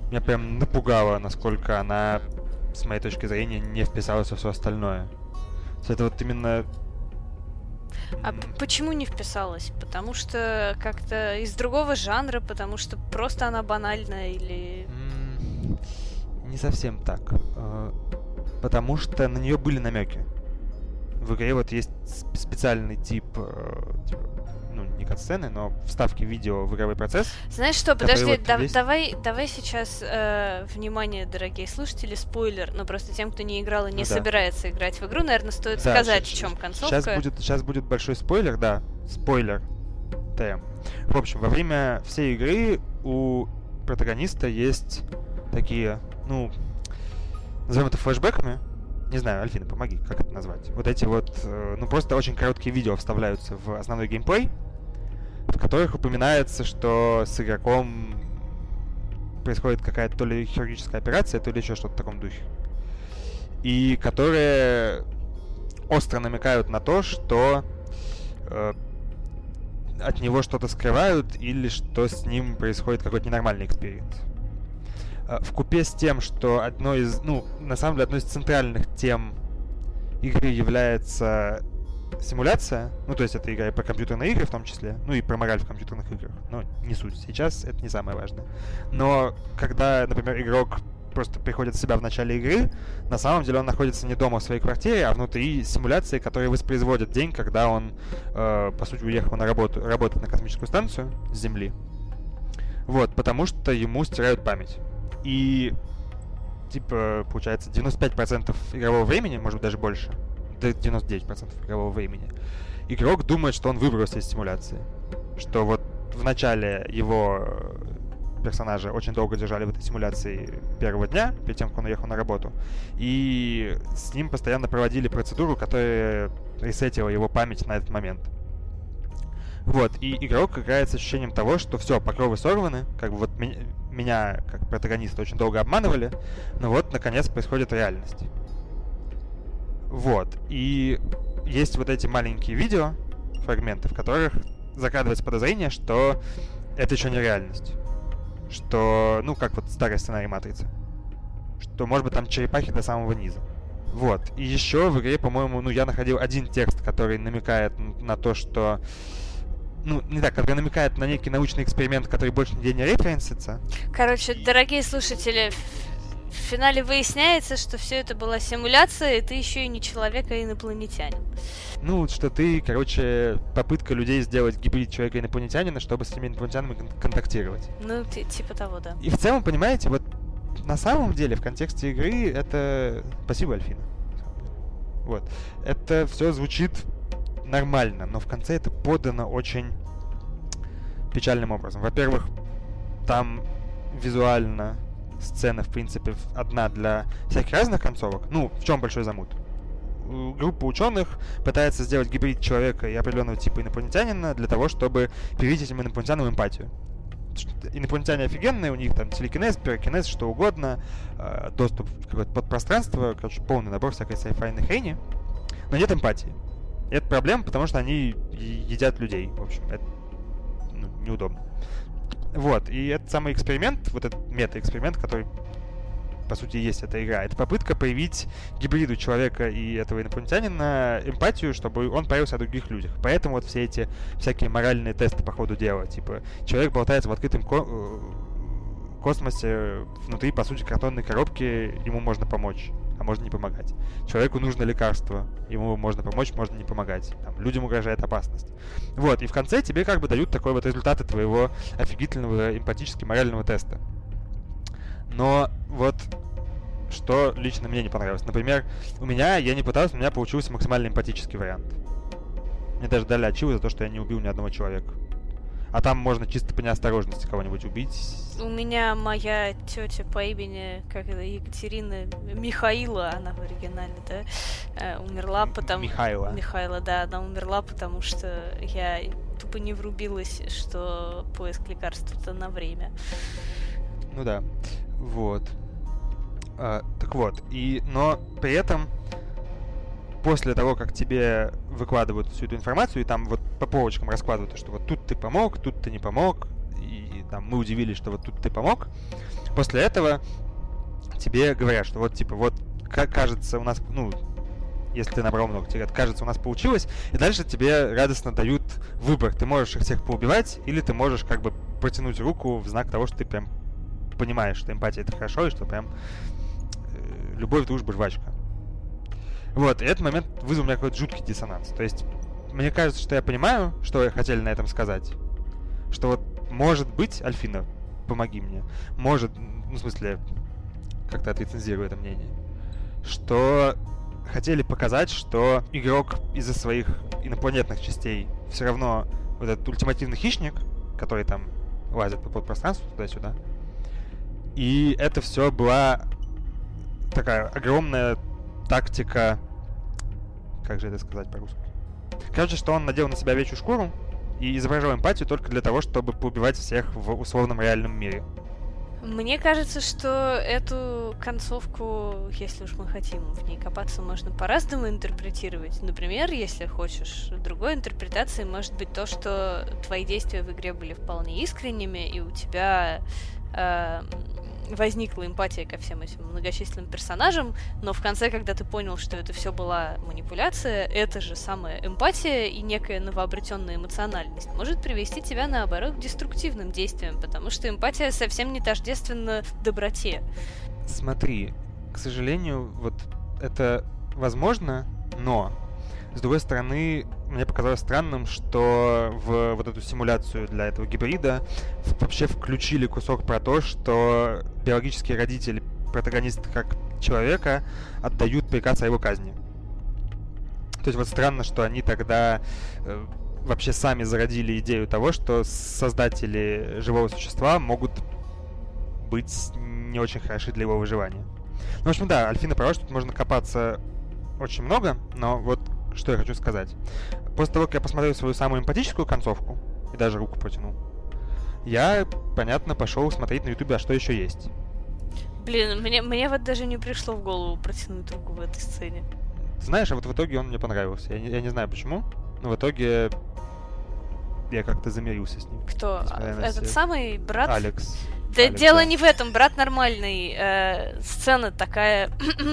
меня прям напугало, насколько она, с моей точки зрения, не вписалась во все остальное. Это вот именно... А почему не вписалась? Потому что как-то из другого жанра, потому что просто она банальная или... Не совсем так. Потому что на нее были намеки. В игре вот есть специальный тип, ну, не катсцены, но вставки видео в игровой процесс. Знаешь что, подожди, вот давай сейчас, внимание, дорогие слушатели, спойлер, но просто тем, кто не играл и не собирается играть в игру, наверное, стоит сказать, в чем концовка. Сейчас будет большой спойлер, да, спойлер ТМ. В общем, во время всей игры у протагониста есть такие, ну, назовем это флешбэками. Не знаю, Альфина, помоги, как это назвать. Вот эти вот, ну, просто очень короткие видео вставляются в основной геймплей, в которых упоминается, что с игроком происходит какая-то то ли хирургическая операция, то ли еще что-то в таком духе. И которые остро намекают на то, что от него что-то скрывают или что с ним происходит какой-то ненормальный экспириенс. Вкупе с тем, что одной из центральных тем игры является симуляция, ну, то есть это игра и про компьютерные игры в том числе, ну, и про мораль в компьютерных играх, но не суть. Сейчас это не самое важное. Но когда, например, игрок просто приходит в себя в начале игры, на самом деле он находится не дома в своей квартире, а внутри симуляции, которая воспроизводит день, когда он, по сути, уехал на работу, работать на космическую станцию с Земли. Вот, потому что ему стирают память. И, типа, получается, 95% игрового времени, может быть, даже больше, до 99% игрового времени, игрок думает, что он выбрался из симуляции. Что вот в начале его персонажа очень долго держали в этой симуляции первого дня, перед тем, как он уехал на работу, и с ним постоянно проводили процедуру, которая ресетила его память на этот момент. Вот, и игрок играет с ощущением того, что все, покровы сорваны, как бы вот меня, как протагониста, очень долго обманывали, но вот, наконец, происходит реальность. Вот, и есть вот эти маленькие видео, фрагменты, в которых закрадывается подозрение, что это еще не реальность. Что, ну, как вот старый сценарий «Матрицы». Что, может быть, там черепахи до самого низа. Вот, и еще в игре, по-моему, ну, я находил один текст, который намекает на то, что... Ну, не так, который намекает на некий научный эксперимент, который больше нигде не референсится. Короче, дорогие слушатели, в финале выясняется, что все это была симуляция, и ты еще и не человек, а инопланетянин. Ну, что ты, короче, попытка людей сделать гибрид человека-инопланетянина, чтобы с этими инопланетянами контактировать. Ну, типа того, да. И в целом, понимаете, вот на самом деле в контексте игры это... Спасибо, Альфина. Вот. Это все звучит нормально, но в конце это подано очень печальным образом. Во-первых, там визуально сцена, в принципе, одна для всяких разных концовок. Ну, в чем большой замут? Группа ученых пытается сделать гибрид человека и определенного типа инопланетянина для того, чтобы привить этим инопланетянам эмпатию. Инопланетяне офигенные, у них там телекинез, пирокинез, что угодно, доступ в какое-то подпространство, короче, полный набор всякой сайфайной хрени, но нет эмпатии. И это проблема, потому что они едят людей. В общем, это неудобно. Вот, и этот самый эксперимент, вот этот мета-эксперимент, который, по сути, есть эта игра, это попытка проявить гибриду человека и этого инопланетянина эмпатию, чтобы он парился о других людях. Поэтому вот все эти всякие моральные тесты по ходу дела, типа, человек болтается в открытом космосе, внутри, по сути, картонной коробки, ему можно помочь, а можно не помогать. Человеку нужно лекарство, ему можно помочь, можно не помогать. Там, людям угрожает опасность. Вот, и в конце тебе как бы дают такой вот результаты твоего офигительного эмпатически-морального теста. Но вот что лично мне не понравилось. Например, я не пытался, у меня получился максимально эмпатический вариант. Мне даже дали ачиву за то, что я не убил ни одного человека. А там можно чисто по неосторожности кого-нибудь убить. У меня моя тетя по имени, как это, Екатерина Михаила, она в оригинале, да, умерла потому... Михайла, да, она умерла, потому что я тупо не врубилась, что поиск лекарств-то на время. Ну да, вот. Так вот, но при этом после того, как тебе выкладывают всю эту информацию, и там вот по полочкам раскладывают, что вот тут ты помог, тут ты не помог, и там, мы удивились, что вот тут ты помог. После этого тебе говорят, что вот, типа, вот, кажется, у нас, ну, если ты набрал много, тебе говорят, кажется, у нас получилось, и дальше тебе радостно дают выбор. Ты можешь их всех поубивать, или ты можешь как бы протянуть руку в знак того, что ты прям понимаешь, что эмпатия — это хорошо, и что прям любовь, дружба, жвачка. Вот, и этот момент вызвал у меня какой-то жуткий диссонанс. То есть, мне кажется, что я понимаю, что вы хотели на этом сказать. Что вот, может быть, Альфина, помоги мне, может, ну, в смысле, как-то отрецензирую это мнение, что хотели показать, что игрок из-за своих инопланетных частей все равно вот этот ультимативный хищник, который там лазит по подпространству туда-сюда. И это все была такая огромная тактика... Как же это сказать по-русски? Короче, что он надел на себя овечью шкуру и изображал эмпатию только для того, чтобы поубивать всех в условном реальном мире. Мне кажется, что эту концовку, если уж мы хотим в ней копаться, можно по-разному интерпретировать. Например, если хочешь другой интерпретации, может быть то, что твои действия в игре были вполне искренними, и у тебя возникла эмпатия ко всем этим многочисленным персонажам, но в конце, когда ты понял, что это все была манипуляция, эта же самая эмпатия и некая новообретенная эмоциональность может привести тебя, наоборот, к деструктивным действиям, потому что эмпатия совсем не тождественна доброте. Смотри, к сожалению, вот это возможно, но с другой стороны, мне показалось странным, что в вот эту симуляцию для этого гибрида вообще включили кусок про то, что биологические родители протагониста как человека отдают приказ о его казни. То есть вот странно, что они тогда вообще сами зародили идею того, что создатели живого существа могут быть не очень хороши для его выживания. Ну, в общем, да, Альфина права, что тут можно копаться очень много, но вот что я хочу сказать. После того, как я посмотрел свою самую эмпатическую концовку, и даже руку протянул, я, понятно, пошел смотреть на ютубе, а что еще есть. Блин, мне вот даже не пришло в голову протянуть руку в этой сцене. Знаешь, а вот в итоге он мне понравился. Я не знаю почему, но в итоге я как-то замирился с ним. Кто? Этот самый брат? Алекс. Да Алекс, дело не в этом, брат нормальный. Сцена такая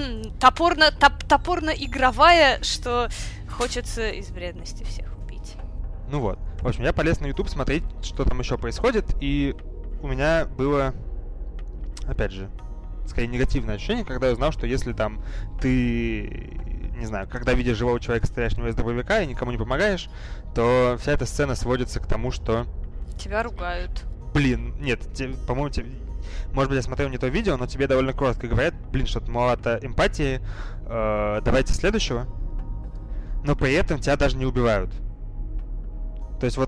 топорно-игровая, что хочется из вредности всех убить. Ну вот. В общем, я полез на YouTube смотреть, что там еще происходит, и у меня было, опять же, скорее негативное ощущение, когда я узнал, что если там ты, не знаю, когда видишь живого человека, стреляешь в него из дробовика и никому не помогаешь, то вся эта сцена сводится к тому, что... Тебя ругают. Блин, нет, по-моему, может быть, я смотрел не то видео, но тебе довольно коротко говорят, блин, что-то маловато эмпатии, давайте следующего. Но при этом тебя даже не убивают. То есть вот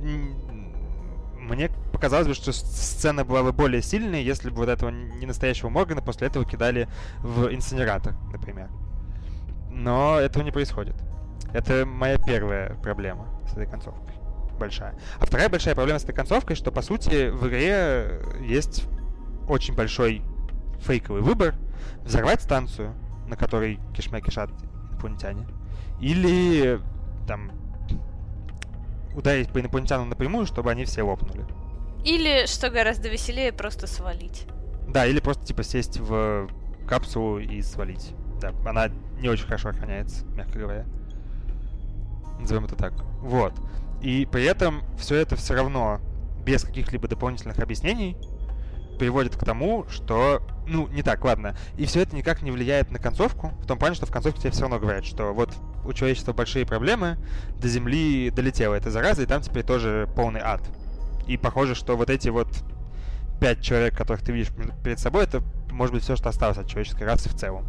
мне показалось бы, что сцена была бы более сильной, если бы вот этого ненастоящего Моргана после этого кидали в инсинератор, например. Но этого не происходит. Это моя первая проблема с этой концовкой. Большая. А вторая большая проблема с этой концовкой, что, по сути, в игре есть очень большой фейковый выбор: взорвать станцию, на которой кишмя-кишат инопланетяне, или там ударить по инопланетянам напрямую, чтобы они все лопнули. Или, что гораздо веселее, просто свалить. Да, или просто, типа, сесть в капсулу и свалить. Да, она не очень хорошо охраняется, мягко говоря. Назовем это так. Вот. И при этом все это все равно, без каких-либо дополнительных объяснений, приводит к тому, что... Ну, не так, ладно. И все это никак не влияет на концовку, в том плане, что в концовке тебе все равно говорят, что вот у человечества большие проблемы, до Земли долетела эта зараза, и там теперь тоже полный ад. И похоже, что вот эти вот 5 человек, которых ты видишь перед собой, это, может быть, все, что осталось от человеческой расы в целом.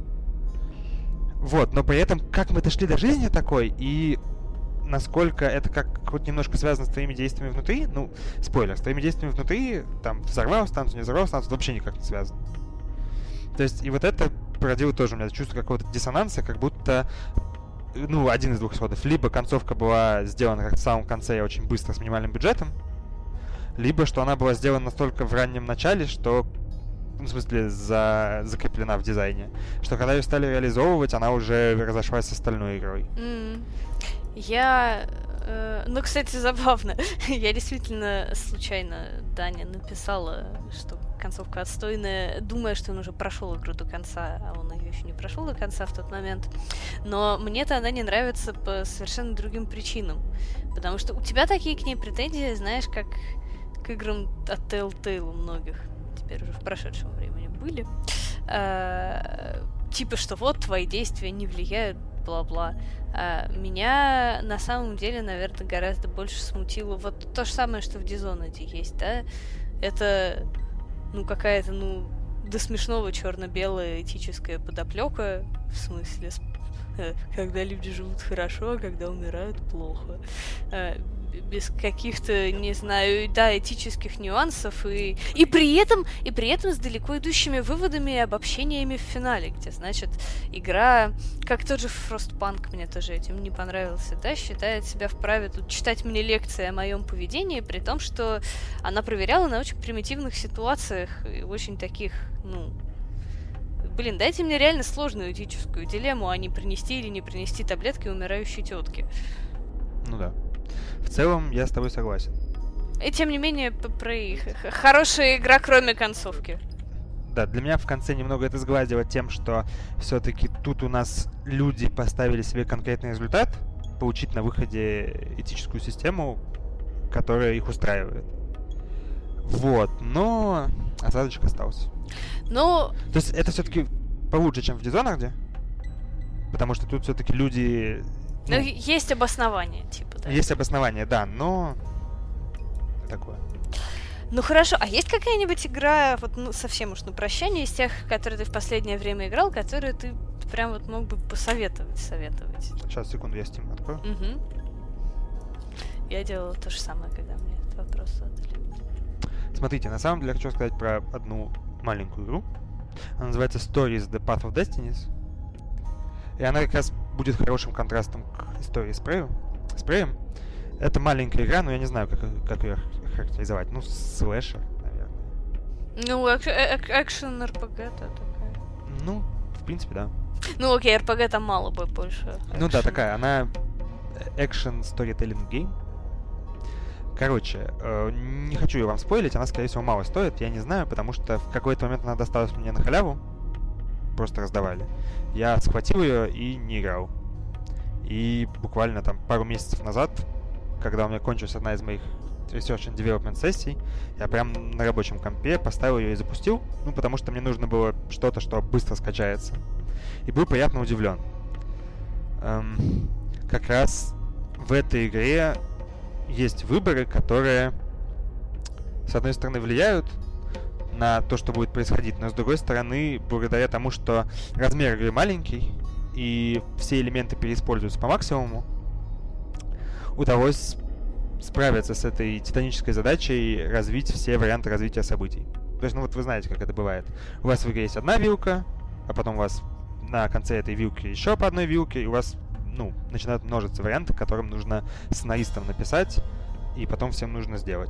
Вот, но при этом, как мы дошли до жизни такой, и насколько это как вот немножко связано с твоими действиями внутри, ну, спойлер, с твоими действиями внутри, там, взорвал станцию, не взорвал станцию, вообще никак не связано. То есть, и вот это породило тоже у меня чувство какого-то диссонанса, как будто, ну, один из двух исходов. Либо концовка была сделана как в самом конце, очень быстро, с минимальным бюджетом, либо что она была сделана настолько в раннем начале, что, ну, в смысле, закреплена в дизайне, что когда ее стали реализовывать, она уже разошлась с остальной игрой. Я Ну, кстати, забавно. Я действительно случайно Дане написала, что концовка отстойная, думая, что он уже прошел игру до конца, а он ее еще не прошел до конца в тот момент. Но мне-то она не нравится по совершенно другим причинам. Потому что у тебя такие к ней претензии, знаешь, как к играм от Telltale у многих. Теперь уже в прошедшем времени были. Типа, что вот твои действия не влияют, бла-бла. Меня на самом деле, наверное, гораздо больше смутило вот то же самое, что в Dishonored есть, да? Это, какая-то, до смешного черно-белая этическая подоплека, в смысле, когда люди живут хорошо, а когда умирают плохо. Без каких-то, не знаю, этических нюансов и при этом с далеко идущими выводами и обобщениями в финале, где, значит, игра, как тот же Frostpunk, мне тоже этим не понравился, да, считает себя вправе тут читать мне лекции о моем поведении, при том, что она проверяла на очень примитивных ситуациях и очень таких, дайте мне реально сложную этическую дилемму, а не принести или не принести таблетки умирающей тетки. Ну да. В целом, я с тобой согласен. И тем не менее, хорошая игра, кроме концовки. Да, для меня в конце немного это сгладило тем, что все-таки тут у нас люди поставили себе конкретный результат, получить на выходе этическую систему, которая их устраивает. Вот, но осадочек остался. То есть это все-таки получше, чем в Dishonored, потому что тут все-таки люди... есть обоснование, типа, да? Есть обоснование, да, но такое. Хорошо, а есть какая-нибудь игра, совсем уж на прощание, из тех, которые ты в последнее время играл, которые ты прям мог бы посоветовать? Сейчас, секунду, я Steam открою. Угу. Я делала то же самое, когда мне этот вопрос задали. Смотрите, на самом деле я хочу сказать про одну маленькую игру. Она называется Stories: The Path of Destinies. И она как раз будет хорошим контрастом к истории с Prey. Это маленькая игра, но я не знаю, как ее характеризовать. Слэшер, наверное. Экшен RPG-то такая. В принципе, да. Окей, RPG там мало бы больше. Да, такая. Она экшен storytelling game. Короче, не хочу ее вам спойлить, она, скорее всего, мало стоит, я не знаю, потому что в какой-то момент она досталась мне на халяву. Просто раздавали. Я схватил ее и не играл. И буквально там пару месяцев назад, когда у меня кончилась одна из моих Research and Development сессий, я прям на рабочем компе поставил ее и запустил, потому что мне нужно было что-то, что быстро скачается. И был приятно удивлен. Как раз в этой игре есть выборы, которые, с одной стороны, влияют на то, что будет происходить, но с другой стороны, благодаря тому, что размер игры маленький и все элементы переиспользуются по максимуму, удалось справиться с этой титанической задачей развить все варианты развития событий. То есть, вы знаете, как это бывает. У вас в игре есть одна вилка, а потом у вас на конце этой вилки еще по одной вилке, и у вас, начинают множиться варианты, которым нужно сценаристам написать, и потом всем нужно сделать.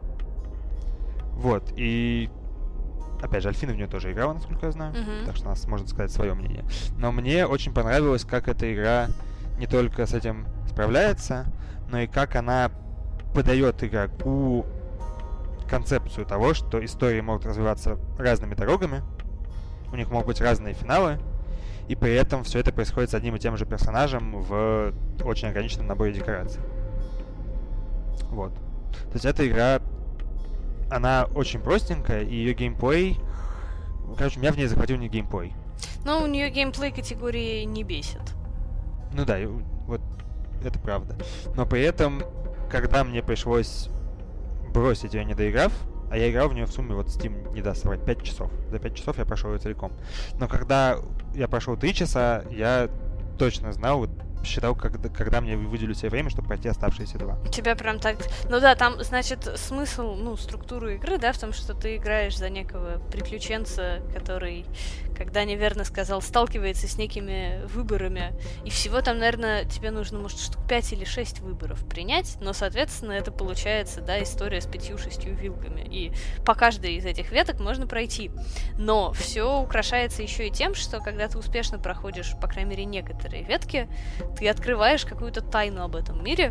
Вот, и... Опять же, Альфина в нее тоже играла, насколько я знаю, так что она сможет сказать свое мнение. Но мне очень понравилось, как эта игра не только с этим справляется, но и как она подает игроку концепцию того, что истории могут развиваться разными дорогами, у них могут быть разные финалы, и при этом все это происходит с одним и тем же персонажем в очень ограниченном наборе декораций. Вот. То есть эта игра, она очень простенькая, и ее геймплей... Короче, меня в ней захватил не геймплей. У нее геймплей категории не бесит. Да, вот это правда. Но при этом, когда мне пришлось бросить ее, не доиграв, а я играл в нее в сумме, Steam не даст соврать, 5 часов. За 5 часов я прошел ее целиком. Но когда я прошел 3 часа, я точно знал, считал, когда мне выделю себе время, чтобы пройти оставшиеся 2. У тебя прям так... да, там, значит, смысл, структуры игры, да, в том, что ты играешь за некого приключенца, который, когда неверно сказал, сталкивается с некими выборами, и всего там, наверное, тебе нужно, может, штук 5 или 6 выборов принять, но, соответственно, это получается, да, история с 5-6 вилками, и по каждой из этих веток можно пройти. Но все украшается еще и тем, что когда ты успешно проходишь, по крайней мере, некоторые ветки, ты открываешь какую-то тайну об этом мире,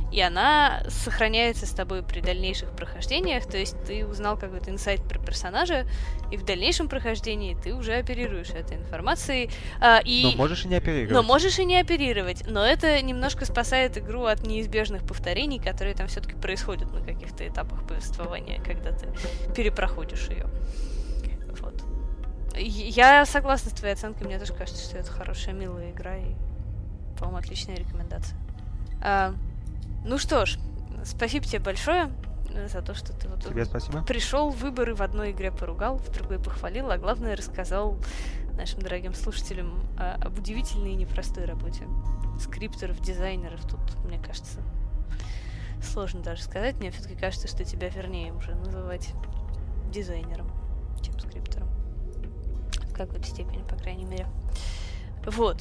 и она сохраняется с тобой при дальнейших прохождениях, то есть ты узнал какой-то инсайт про персонажа, и в дальнейшем прохождении ты уже оперируешь этой информацией. Но можешь и не оперировать. Но это немножко спасает игру от неизбежных повторений, которые там все-таки происходят на каких-то этапах повествования, когда ты перепроходишь ее. Вот. Я согласна с твоей оценкой, мне тоже кажется, что это хорошая, милая игра, и, по-моему, отличная рекомендация. Ну что ж, спасибо тебе большое за то, что ты пришел, выборы в одной игре поругал, в другой похвалил, а главное рассказал нашим дорогим слушателям об удивительной и непростой работе скриптеров, дизайнеров. Тут, мне кажется, сложно даже сказать. Мне все-таки кажется, что тебя вернее уже называть дизайнером, чем скриптером. В какой-то степени, по крайней мере. Вот.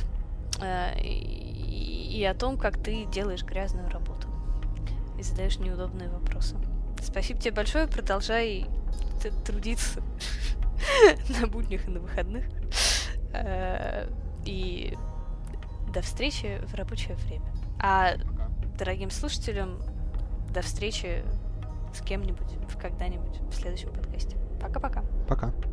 И о том, как ты делаешь грязную работу. И задаешь неудобные вопросы. Спасибо тебе большое. Продолжай трудиться на буднях и на выходных. И до встречи в рабочее время. А дорогим слушателям, до встречи с кем-нибудь когда-нибудь в следующем подкасте. Пока-пока. Пока.